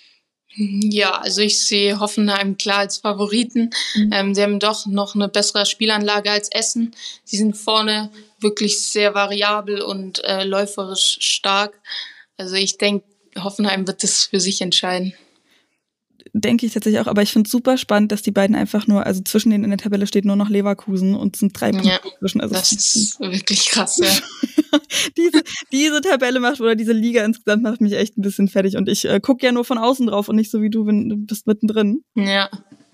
[SPEAKER 1] Ja, also ich sehe Hoffenheim klar als Favoriten. Sie haben doch noch eine bessere Spielanlage als Essen. Sie sind vorne wirklich sehr variabel und läuferisch stark. Also ich denke, Hoffenheim wird das für sich entscheiden.
[SPEAKER 3] Denke ich tatsächlich auch, aber ich finde es super spannend, dass die beiden einfach nur, also zwischen denen in der Tabelle steht nur noch Leverkusen und es sind 3 Punkte zwischen. Also
[SPEAKER 1] das ist wirklich krass, ja.
[SPEAKER 3] diese Tabelle oder diese Liga insgesamt macht mich echt ein bisschen fertig und ich gucke ja nur von außen drauf und nicht so wie du bist mittendrin.
[SPEAKER 1] Ja.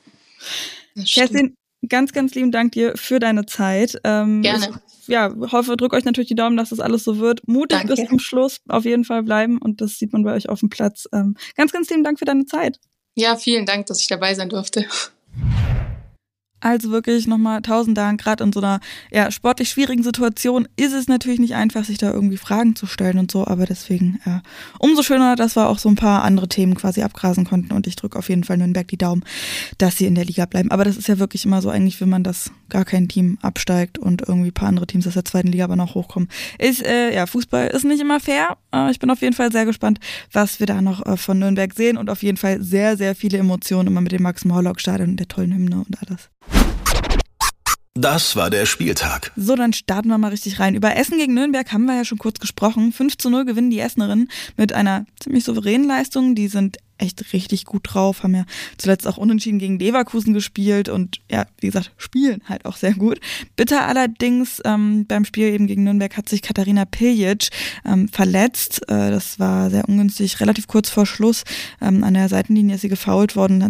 [SPEAKER 3] Kerstin, ganz, ganz lieben Dank dir für deine Zeit.
[SPEAKER 1] Gerne.
[SPEAKER 3] Ich hoffe, drückt euch natürlich die Daumen, dass das alles so wird. Mutig Danke. Bis zum Schluss auf jeden Fall bleiben und das sieht man bei euch auf dem Platz. Ganz, ganz lieben Dank für deine Zeit.
[SPEAKER 1] Ja, vielen Dank, dass ich dabei sein durfte.
[SPEAKER 3] Also wirklich nochmal 1000 Dank. Gerade in so einer sportlich schwierigen Situation ist es natürlich nicht einfach, sich da irgendwie Fragen zu stellen und so, aber deswegen umso schöner, dass wir auch so ein paar andere Themen quasi abgrasen konnten und ich drücke auf jeden Fall Nürnberg die Daumen, dass sie in der Liga bleiben. Aber das ist ja wirklich immer so, eigentlich will man, dass gar kein Team absteigt und irgendwie ein paar andere Teams aus der 2. Liga aber noch hochkommen. Fußball ist nicht immer fair. Ich bin auf jeden Fall sehr gespannt, was wir da noch von Nürnberg sehen und auf jeden Fall sehr, sehr viele Emotionen immer mit dem Max-Morlock-Stadion und der tollen Hymne und alles.
[SPEAKER 2] Das war der Spieltag.
[SPEAKER 3] So, dann starten wir mal richtig rein. Über Essen gegen Nürnberg haben wir ja schon kurz gesprochen. 5:0 gewinnen die Essenerinnen mit einer ziemlich souveränen Leistung. Die sind echt richtig gut drauf, haben ja zuletzt auch unentschieden gegen Leverkusen gespielt und wie gesagt, spielen halt auch sehr gut. Bitter allerdings beim Spiel eben gegen Nürnberg hat sich Katharina Piljic verletzt. Das war sehr ungünstig, relativ kurz vor Schluss. An der Seitenlinie ist sie gefoult worden, hat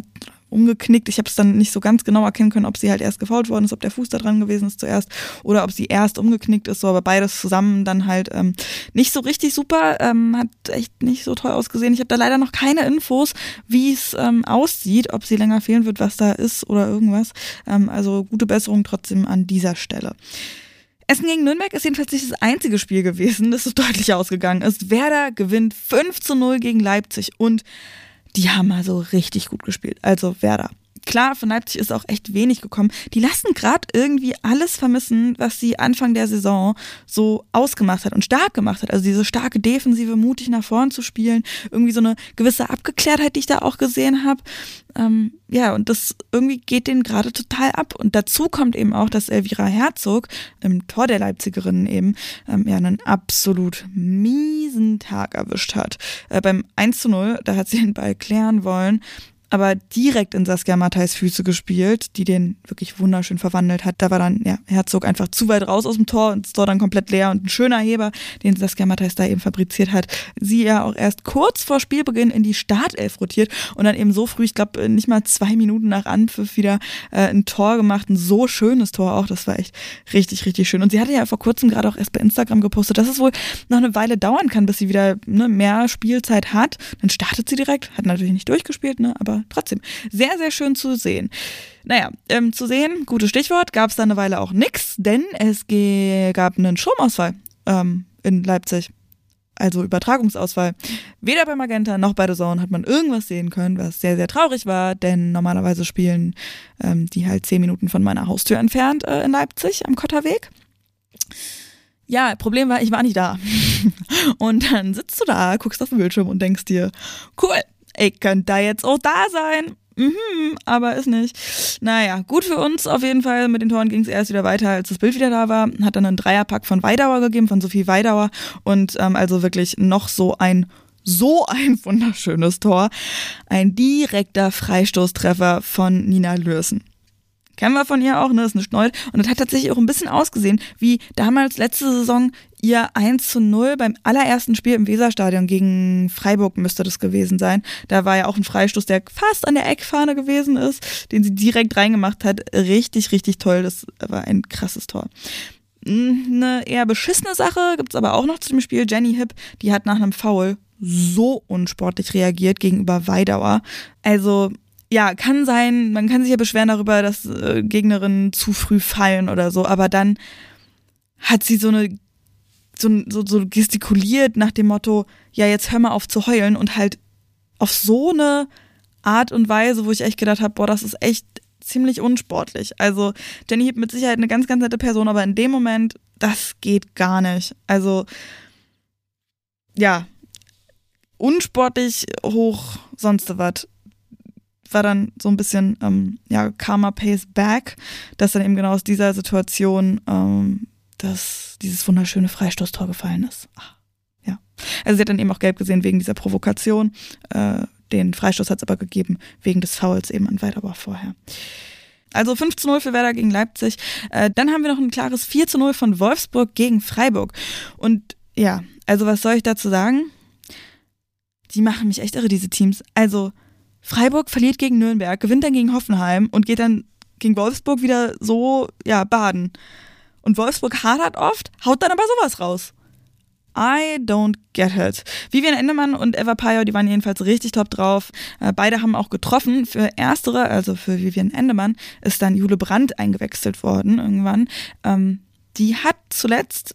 [SPEAKER 3] umgeknickt. Ich habe es dann nicht so ganz genau erkennen können, ob sie halt erst gefoult worden ist, ob der Fuß da dran gewesen ist zuerst oder ob sie erst umgeknickt ist, so, aber beides zusammen dann halt nicht so richtig super, hat echt nicht so toll ausgesehen. Ich habe da leider noch keine Infos, wie es aussieht, ob sie länger fehlen wird, was da ist oder irgendwas. Also gute Besserung trotzdem an dieser Stelle. Essen gegen Nürnberg ist jedenfalls nicht das einzige Spiel gewesen, das so deutlich ausgegangen ist. Werder gewinnt 5-0 gegen Leipzig und die haben also richtig gut gespielt. Also Werder. Klar, von Leipzig ist auch echt wenig gekommen. Die lassen gerade irgendwie alles vermissen, was sie Anfang der Saison so ausgemacht hat und stark gemacht hat. Also diese starke Defensive, mutig nach vorn zu spielen. Irgendwie so eine gewisse Abgeklärtheit, die ich da auch gesehen habe. Ja, und das irgendwie geht denen gerade total ab. Und dazu kommt eben auch, dass Elvira Herzog im Tor der Leipzigerinnen eben einen absolut miesen Tag erwischt hat. Beim 1-0, da hat sie den Ball klären wollen, aber direkt in Saskia Matthijs Füße gespielt, die den wirklich wunderschön verwandelt hat. Da war dann Herzog einfach zu weit raus aus dem Tor und das Tor dann komplett leer und ein schöner Heber, den Saskia Matthijs da eben fabriziert hat. Sie ja auch erst kurz vor Spielbeginn in die Startelf rotiert und dann eben so früh, ich glaube nicht mal 2 Minuten nach Anpfiff wieder ein Tor gemacht. Ein so schönes Tor auch, das war echt richtig, richtig schön. Und sie hatte ja vor kurzem gerade auch erst bei Instagram gepostet, dass es wohl noch eine Weile dauern kann, bis sie wieder mehr Spielzeit hat. Dann startet sie direkt, hat natürlich nicht durchgespielt, aber trotzdem sehr, sehr schön zu sehen. Naja, zu sehen, gutes Stichwort, gab es da eine Weile auch nix, denn es gab einen Stromausfall in Leipzig. Also Übertragungsausfall. Weder bei Magenta noch bei The Zone hat man irgendwas sehen können, was sehr, sehr traurig war, denn normalerweise spielen die halt 10 Minuten von meiner Haustür entfernt in Leipzig am Kotterweg. Ja, Problem war, ich war nicht da. Und dann sitzt du da, guckst auf den Bildschirm und denkst dir, cool, ich könnte da jetzt auch da sein. Aber ist nicht. Naja, gut für uns auf jeden Fall. Mit den Toren ging es erst wieder weiter, als das Bild wieder da war. Hat dann einen Dreierpack von Weidauer gegeben, von Sophie Weidauer. Und also wirklich noch so ein wunderschönes Tor. Ein direkter Freistoßtreffer von Nina Lürsen. Kennen wir von ihr auch, ne? Das ist eine Schneid. Und das hat tatsächlich auch ein bisschen ausgesehen, wie damals letzte Saison ihr 1-0 beim allerersten Spiel im Weserstadion gegen Freiburg müsste das gewesen sein. Da war ja auch ein Freistoß, der fast an der Eckfahne gewesen ist, den sie direkt reingemacht hat. Richtig, richtig toll. Das war ein krasses Tor. Eine eher beschissene Sache gibt's aber auch noch zu dem Spiel. Jenny Hipp, die hat nach einem Foul so unsportlich reagiert gegenüber Weidauer. Also ja, kann sein, man kann sich ja beschweren darüber, dass Gegnerinnen zu früh fallen oder so, aber dann hat sie so gestikuliert nach dem Motto, ja, jetzt hör mal auf zu heulen und halt auf so eine Art und Weise, wo ich echt gedacht habe, boah, das ist echt ziemlich unsportlich. Also Jenny Hipp mit Sicherheit eine ganz, ganz nette Person, aber in dem Moment, das geht gar nicht. Also ja, unsportlich hoch sonst was. War dann so ein bisschen, Karma pays back, dass dann eben genau aus dieser Situation dass dieses wunderschöne Freistoßtor gefallen ist. Ja. Also sie hat dann eben auch gelb gesehen wegen dieser Provokation. Den Freistoß hat es aber gegeben wegen des Fouls eben an Weidauer vorher. Also 5-0 für Werder gegen Leipzig. Dann haben wir noch ein klares 4-0 von Wolfsburg gegen Freiburg. Und ja, also was soll ich dazu sagen? Die machen mich echt irre, diese Teams. Also Freiburg verliert gegen Nürnberg, gewinnt dann gegen Hoffenheim und geht dann gegen Wolfsburg wieder so, baden. Und Wolfsburg hadert oft, haut dann aber sowas raus. I don't get it. Vivian Endemann und Eva Pajor, die waren jedenfalls richtig top drauf. Beide haben auch getroffen. Für erstere, also für Vivian Endemann, ist dann Jule Brandt eingewechselt worden irgendwann. Die hat zuletzt,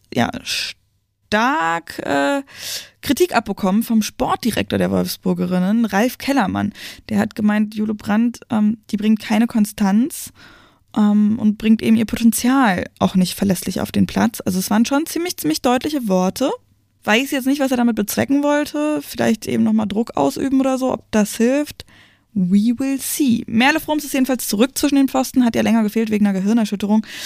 [SPEAKER 3] stark Kritik abbekommen vom Sportdirektor der Wolfsburgerinnen, Ralf Kellermann. Der hat gemeint, Jule Brandt, die bringt keine Konstanz und bringt eben ihr Potenzial auch nicht verlässlich auf den Platz. Also es waren schon ziemlich, ziemlich deutliche Worte. Weiß jetzt nicht, was er damit bezwecken wollte. Vielleicht eben nochmal Druck ausüben oder so, ob das hilft. We will see. Merle Fromms ist jedenfalls zurück zwischen den Pfosten, hat ja länger gefehlt wegen einer Gehirnerschütterung.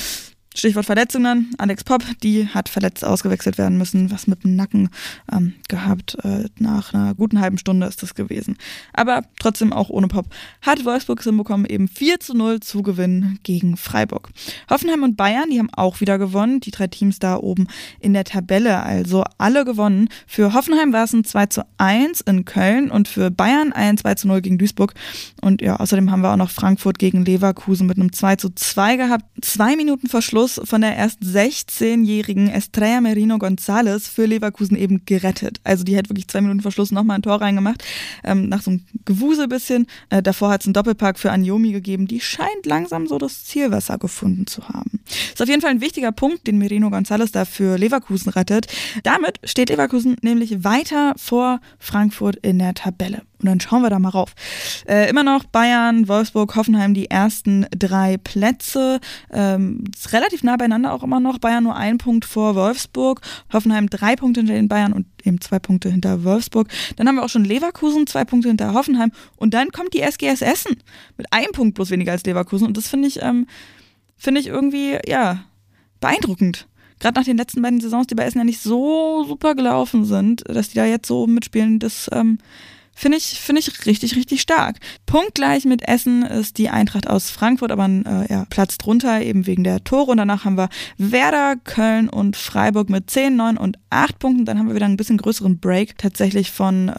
[SPEAKER 3] Stichwort Verletzungen. Alex Popp, die hat verletzt ausgewechselt werden müssen, was mit dem Nacken gehabt. Nach einer guten halben Stunde ist das gewesen. Aber trotzdem auch ohne Popp hat Wolfsburg es hinbekommen, eben 4-0 zu gewinnen gegen Freiburg. Hoffenheim und Bayern, die haben auch wieder gewonnen. Die 3 Teams da oben in der Tabelle, also alle gewonnen. Für Hoffenheim war es ein 2-1 in Köln und für Bayern ein 2-0 gegen Duisburg. Und ja, außerdem haben wir auch noch Frankfurt gegen Leverkusen mit einem 2-2 gehabt. 2 Minuten vor Schluss von der erst 16-jährigen Estrella Merino González für Leverkusen eben gerettet. Also die hat wirklich 2 Minuten vor Schluss nochmal ein Tor reingemacht, nach so einem Gewusel bisschen. Davor hat es einen Doppelpack für Anjomi gegeben. Die scheint langsam so das Zielwasser gefunden zu haben. Ist auf jeden Fall ein wichtiger Punkt, den Merino González da für Leverkusen rettet. Damit steht Leverkusen nämlich weiter vor Frankfurt in der Tabelle. Und dann schauen wir da mal rauf. Immer noch Bayern, Wolfsburg, Hoffenheim die ersten 3 Plätze. Ist relativ nah beieinander auch immer noch. Bayern nur 1 Punkt vor Wolfsburg. Hoffenheim 3 Punkte hinter den Bayern und eben 2 Punkte hinter Wolfsburg. Dann haben wir auch schon Leverkusen, 2 Punkte hinter Hoffenheim. Und dann kommt die SGS Essen mit 1 Punkt bloß weniger als Leverkusen. Und das finde ich irgendwie, ja, beeindruckend. Gerade nach den letzten beiden Saisons, die bei Essen ja nicht so super gelaufen sind, dass die da jetzt so mitspielen, das finde ich richtig, richtig stark. Punktgleich mit Essen ist die Eintracht aus Frankfurt, aber ein Platz drunter, eben wegen der Tore. Und danach haben wir Werder, Köln und Freiburg mit 10, 9 und 8 Punkten. Dann haben wir wieder ein bisschen größeren Break, tatsächlich von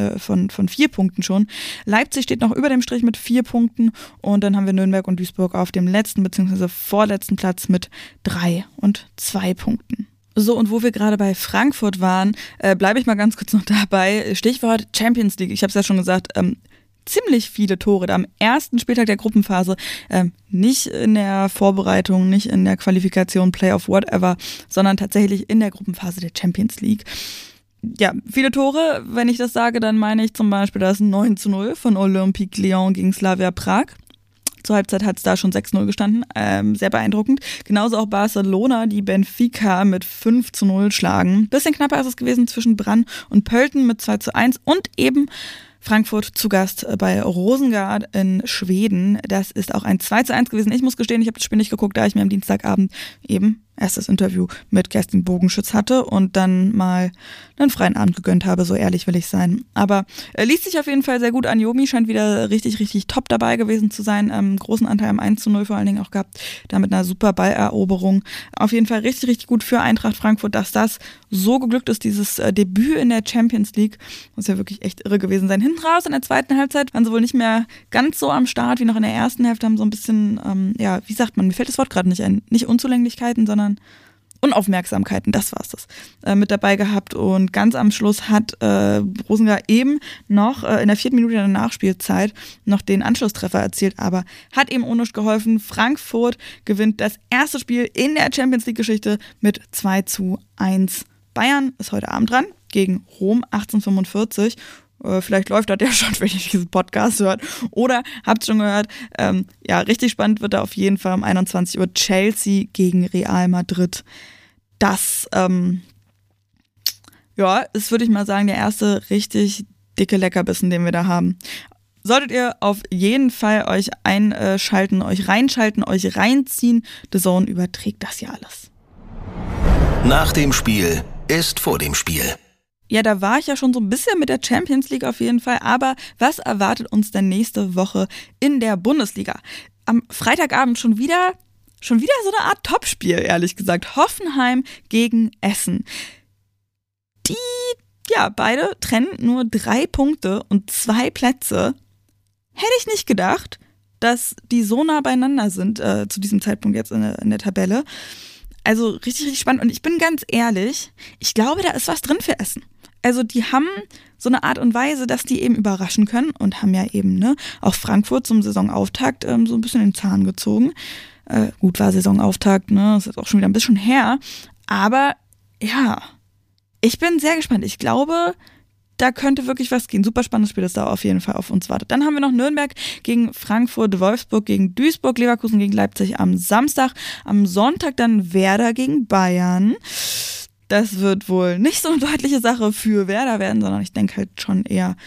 [SPEAKER 3] 4 Punkten schon. Leipzig steht noch über dem Strich mit 4 Punkten. Und dann haben wir Nürnberg und Duisburg auf dem letzten bzw. vorletzten Platz mit 3 und 2 Punkten. So, und wo wir gerade bei Frankfurt waren, bleibe ich mal ganz kurz noch dabei. Stichwort Champions League. Ich habe es ja schon gesagt, ziemlich viele Tore da am ersten Spieltag der Gruppenphase. Nicht in der Vorbereitung, nicht in der Qualifikation, Playoff, whatever, sondern tatsächlich in der Gruppenphase der Champions League. Ja, viele Tore. Wenn ich das sage, dann meine ich zum Beispiel das 9-0 von Olympique Lyon gegen Slavia Prag. Zur Halbzeit hat es da schon 6-0 gestanden, sehr beeindruckend. Genauso auch Barcelona, die Benfica mit 5-0 schlagen. Bisschen knapper ist es gewesen zwischen Brann und Pölten mit 2-1 und eben Frankfurt zu Gast bei Rosengard in Schweden. Das ist auch ein 2-1 gewesen. Ich muss gestehen, ich habe das Spiel nicht geguckt, da ich mir am Dienstagabend eben erst das Interview mit Kerstin Bogenschütz hatte und dann mal einen freien Abend gegönnt habe, so ehrlich will ich sein. Aber liest sich auf jeden Fall sehr gut an. Anjomi scheint wieder richtig, richtig top dabei gewesen zu sein. Großen Anteil am 1-0 vor allen Dingen auch gehabt, da mit einer super Balleroberung. Auf jeden Fall richtig, richtig gut für Eintracht Frankfurt, dass das so geglückt ist, dieses Debüt in der Champions League. Muss ja wirklich echt irre gewesen sein. Hinten raus in der zweiten Halbzeit waren sie wohl nicht mehr ganz so am Start wie noch in der ersten Hälfte, haben so ein bisschen, wie sagt man, mir fällt das Wort gerade nicht ein, nicht Unzulänglichkeiten, sondern Unaufmerksamkeiten, das war's mit dabei gehabt. Und ganz am Schluss hat Rosengard eben noch in der 4. Minute der Nachspielzeit noch den Anschlusstreffer erzielt, aber hat eben ohne geholfen. Frankfurt gewinnt das erste Spiel in der Champions-League-Geschichte mit 2-1. Bayern ist heute Abend dran gegen Rom 1845. Vielleicht läuft das ja schon, wenn ihr diesen Podcast hört. Oder habt schon gehört, richtig spannend wird da auf jeden Fall um 21 Uhr Chelsea gegen Real Madrid. Das ist, würde ich mal sagen, der erste richtig dicke Leckerbissen, den wir da haben. Solltet ihr auf jeden Fall euch einschalten, euch reinziehen. The Zone überträgt das ja alles.
[SPEAKER 2] Nach dem Spiel ist vor dem Spiel.
[SPEAKER 3] Ja, da war ich ja schon so ein bisschen mit der Champions League auf jeden Fall. Aber was erwartet uns denn nächste Woche in der Bundesliga? Am Freitagabend schon wieder so eine Art Topspiel, ehrlich gesagt. Hoffenheim gegen Essen. Die, beide trennen nur 3 Punkte und 2 Plätze. Hätte ich nicht gedacht, dass die so nah beieinander sind zu diesem Zeitpunkt jetzt in der Tabelle. Also richtig, richtig spannend. Und ich bin ganz ehrlich, ich glaube, da ist was drin für Essen. Also die haben so eine Art und Weise, dass die eben überraschen können und haben ja eben auch Frankfurt zum Saisonauftakt so ein bisschen den Zahn gezogen. Gut, war Saisonauftakt, das ist auch schon wieder ein bisschen her. Aber ja, ich bin sehr gespannt. Ich glaube, da könnte wirklich was gehen. Super spannendes Spiel, das da auf jeden Fall auf uns wartet. Dann haben wir noch Nürnberg gegen Frankfurt, Wolfsburg gegen Duisburg, Leverkusen gegen Leipzig am Samstag. Am Sonntag dann Werder gegen Bayern. Das wird wohl nicht so eine deutliche Sache für Werder werden, sondern ich denke halt schon eher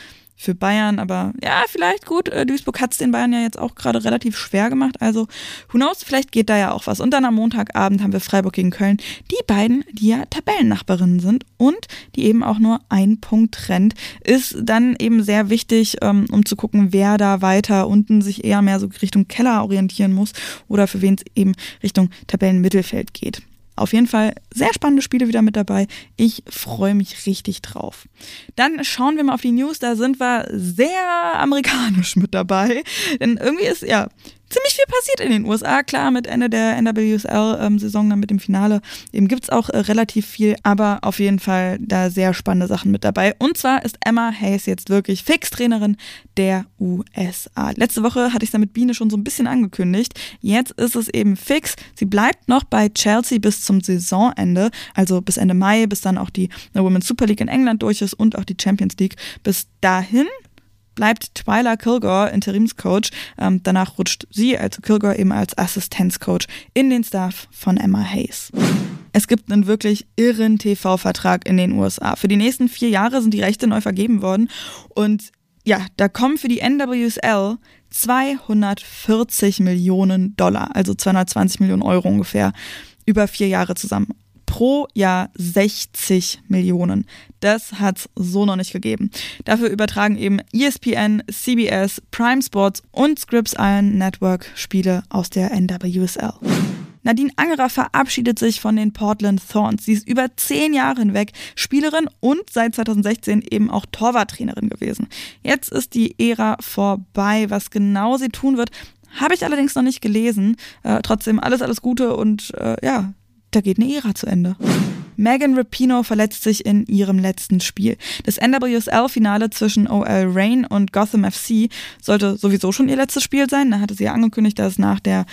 [SPEAKER 3] für Bayern, aber ja, vielleicht gut. Duisburg hat es den Bayern ja jetzt auch gerade relativ schwer gemacht, also who knows, vielleicht geht da ja auch was. Und dann am Montagabend haben wir Freiburg gegen Köln, die beiden, die ja Tabellennachbarinnen sind und die eben auch nur einen Punkt trennt, ist dann eben sehr wichtig, um zu gucken, wer da weiter unten sich eher mehr so Richtung Keller orientieren muss oder für wen es eben Richtung Tabellenmittelfeld geht. Auf jeden Fall sehr spannende Spiele wieder mit dabei. Ich freue mich richtig drauf. Dann schauen wir mal auf die News. Da sind wir sehr amerikanisch mit dabei. Denn irgendwie ist ja ziemlich viel passiert in den USA. Klar, mit Ende der NWSL-Saison, dann mit dem Finale, eben gibt's auch relativ viel, aber auf jeden Fall da sehr spannende Sachen mit dabei. Und zwar ist Emma Hayes jetzt wirklich Fix-Trainerin der USA. Letzte Woche hatte ich es da mit Biene schon so ein bisschen angekündigt. Jetzt ist es eben fix. Sie bleibt noch bei Chelsea bis zum Saisonende, also bis Ende Mai, bis dann auch die Women's Super League in England durch ist und auch die Champions League. Bis dahin bleibt Twyla Kilgore Interimscoach. Danach rutscht sie, also Kilgore, eben als Assistenzcoach in den Staff von Emma Hayes. Es gibt einen wirklich irren TV-Vertrag in den USA. Für die nächsten 4 Jahre sind die Rechte neu vergeben worden. Und ja, da kommen für die NWSL 240 Millionen $, also 220 Millionen Euro ungefähr, über 4 Jahre zusammen. Pro Jahr 60 Millionen. Das hat's so noch nicht gegeben. Dafür übertragen eben ESPN, CBS, Prime Sports und Scripps Iron Network Spiele aus der NWSL. Nadine Angerer verabschiedet sich von den Portland Thorns. Sie ist über 10 Jahre hinweg Spielerin und seit 2016 eben auch Torwarttrainerin gewesen. Jetzt ist die Ära vorbei. Was genau sie tun wird, habe ich allerdings noch nicht gelesen. Trotzdem alles Gute und da geht eine Ära zu Ende. Megan Rapinoe verletzt sich in ihrem letzten Spiel. Das NWSL-Finale zwischen OL Reign und Gotham FC sollte sowieso schon ihr letztes Spiel sein. Da hatte sie ja angekündigt, dass nach der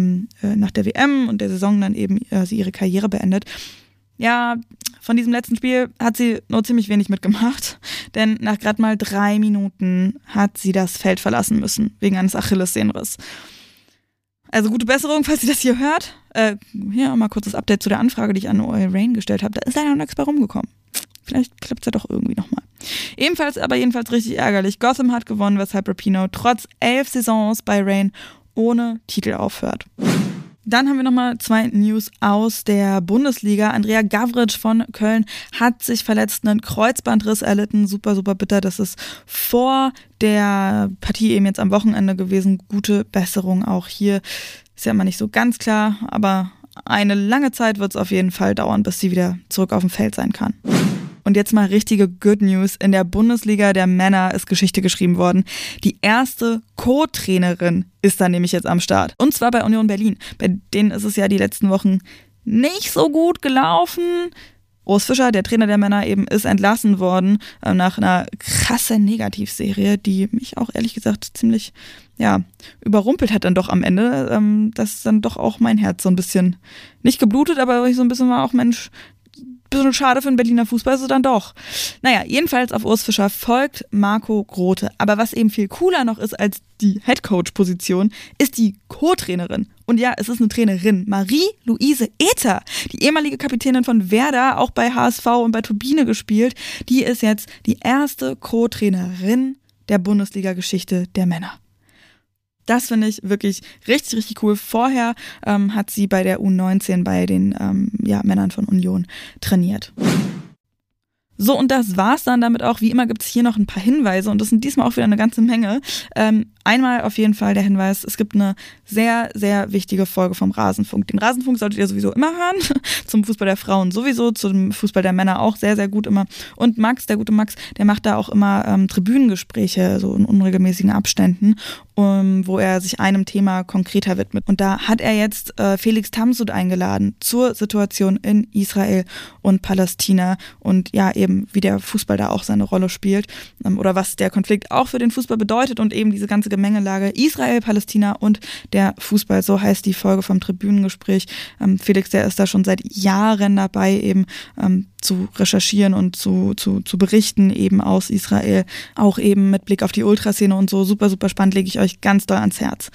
[SPEAKER 3] WM und der Saison dann eben sie ihre Karriere beendet. Ja, von diesem letzten Spiel hat sie nur ziemlich wenig mitgemacht, denn nach gerade mal 3 Minuten hat sie das Feld verlassen müssen, wegen eines Achillessehnenriss. Also gute Besserung, falls ihr das hier hört. Hier mal kurzes Update zu der Anfrage, die ich an OL Reign gestellt habe. Da ist leider noch nichts bei rumgekommen. Vielleicht klappt es ja doch irgendwie nochmal. Jedenfalls richtig ärgerlich. Gotham hat gewonnen, weshalb Rapinoe trotz 11 Saisons bei Reign ohne Titel aufhört. Dann haben wir nochmal 2 News aus der Bundesliga. Andrea Gavric von Köln hat sich verletzt, einen Kreuzbandriss erlitten. Super, super bitter. Das ist vor der Partie eben jetzt am Wochenende gewesen. Gute Besserung auch hier. Ist ja immer nicht so ganz klar, aber eine lange Zeit wird es auf jeden Fall dauern, bis sie wieder zurück auf dem Feld sein kann. Und jetzt mal richtige Good News. In der Bundesliga der Männer ist Geschichte geschrieben worden. Die erste Co-Trainerin ist da nämlich jetzt am Start. Und zwar bei Union Berlin. Bei denen ist es ja die letzten Wochen nicht so gut gelaufen. Urs Fischer, der Trainer der Männer, eben ist entlassen worden nach einer krassen Negativserie, die mich auch ehrlich gesagt ziemlich überrumpelt hat dann doch am Ende. Das dann doch auch mein Herz so ein bisschen nicht geblutet, aber ich so ein bisschen war auch, Mensch, bisschen schade für den Berliner Fußball ist es dann doch. Naja, jedenfalls auf Urs Fischer folgt Marco Grote. Aber was eben viel cooler noch ist als die Headcoach-Position, ist die Co-Trainerin. Und ja, es ist eine Trainerin, Marie-Louise Ether, die ehemalige Kapitänin von Werder, auch bei HSV und bei Turbine gespielt. Die ist jetzt die erste Co-Trainerin der Bundesliga-Geschichte der Männer. Das finde ich wirklich richtig, richtig cool. Vorher hat sie bei der U19 bei den Männern von Union trainiert. So, und das war's dann damit auch. Wie immer gibt es hier noch ein paar Hinweise und das sind diesmal auch wieder eine ganze Menge. Einmal auf jeden Fall der Hinweis, es gibt eine sehr, sehr wichtige Folge vom Rasenfunk. Den Rasenfunk solltet ihr sowieso immer hören, zum Fußball der Frauen sowieso, zum Fußball der Männer auch sehr, sehr gut immer. Und Max, der gute Max, der macht da auch immer Tribünengespräche, so in unregelmäßigen Abständen, wo er sich einem Thema konkreter widmet. Und da hat er jetzt Felix Tamsud eingeladen zur Situation in Israel und Palästina und ja eben, wie der Fußball da auch seine Rolle spielt oder was der Konflikt auch für den Fußball bedeutet und eben diese ganze Gemengelage Israel, Palästina und der Fußball, so heißt die Folge vom Tribünengespräch. Felix, der ist da schon seit Jahren dabei, eben zu recherchieren und zu berichten eben aus Israel, auch eben mit Blick auf die Ultraszene und so, super, super spannend, lege ich euch ganz doll ans Herz.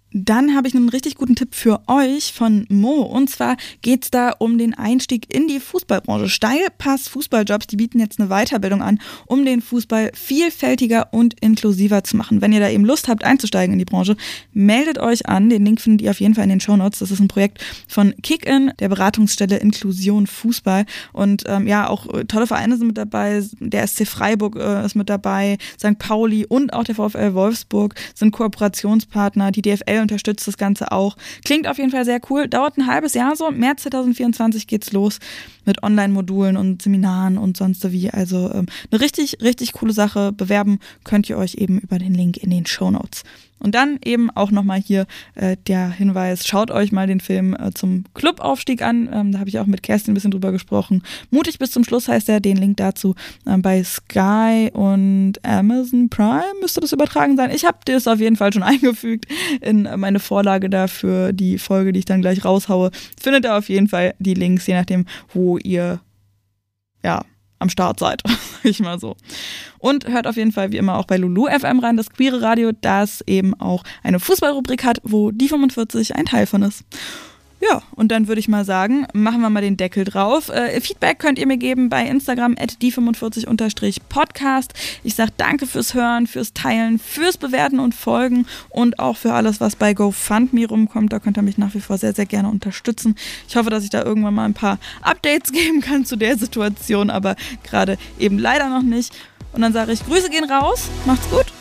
[SPEAKER 3] Dann habe ich einen richtig guten Tipp für euch von Mo. Und zwar geht es da um den Einstieg in die Fußballbranche. Steilpass Fußballjobs, die bieten jetzt eine Weiterbildung an, um den Fußball vielfältiger und inklusiver zu machen. Wenn ihr da eben Lust habt, einzusteigen in die Branche, meldet euch an. Den Link findet ihr auf jeden Fall in den Shownotes. Das ist ein Projekt von Kick-In, der Beratungsstelle Inklusion Fußball. Und auch tolle Vereine sind mit dabei. Der SC Freiburg ist mit dabei, St. Pauli und auch der VfL Wolfsburg sind Kooperationspartner. Die DFL unterstützt das Ganze auch. Klingt auf jeden Fall sehr cool. Dauert ein halbes Jahr so. März 2024 geht's los mit Online-Modulen und Seminaren und sonst wie. Also eine richtig, richtig coole Sache. Bewerben könnt ihr euch eben über den Link in den Shownotes. Und dann eben auch nochmal hier der Hinweis, schaut euch mal den Film zum Clubaufstieg an. Da habe ich auch mit Kerstin ein bisschen drüber gesprochen. Mutig bis zum Schluss heißt er, den Link dazu bei Sky und Amazon Prime müsste das übertragen sein. Ich habe das auf jeden Fall schon eingefügt in meine Vorlage dafür die Folge, die ich dann gleich raushaue. Findet ihr auf jeden Fall die Links, je nachdem, wo ihr am Start seid, sag ich mal so. Und hört auf jeden Fall wie immer auch bei Lulu FM rein, das queere Radio, das eben auch eine Fußballrubrik hat, wo die 45 ein Teil von ist. Ja, und dann würde ich mal sagen, machen wir mal den Deckel drauf. Feedback könnt ihr mir geben bei Instagram @die45_podcast. Ich sage danke fürs Hören, fürs Teilen, fürs Bewerten und Folgen und auch für alles, was bei GoFundMe rumkommt. Da könnt ihr mich nach wie vor sehr, sehr gerne unterstützen. Ich hoffe, dass ich da irgendwann mal ein paar Updates geben kann zu der Situation, aber gerade eben leider noch nicht. Und dann sage ich, Grüße gehen raus, macht's gut.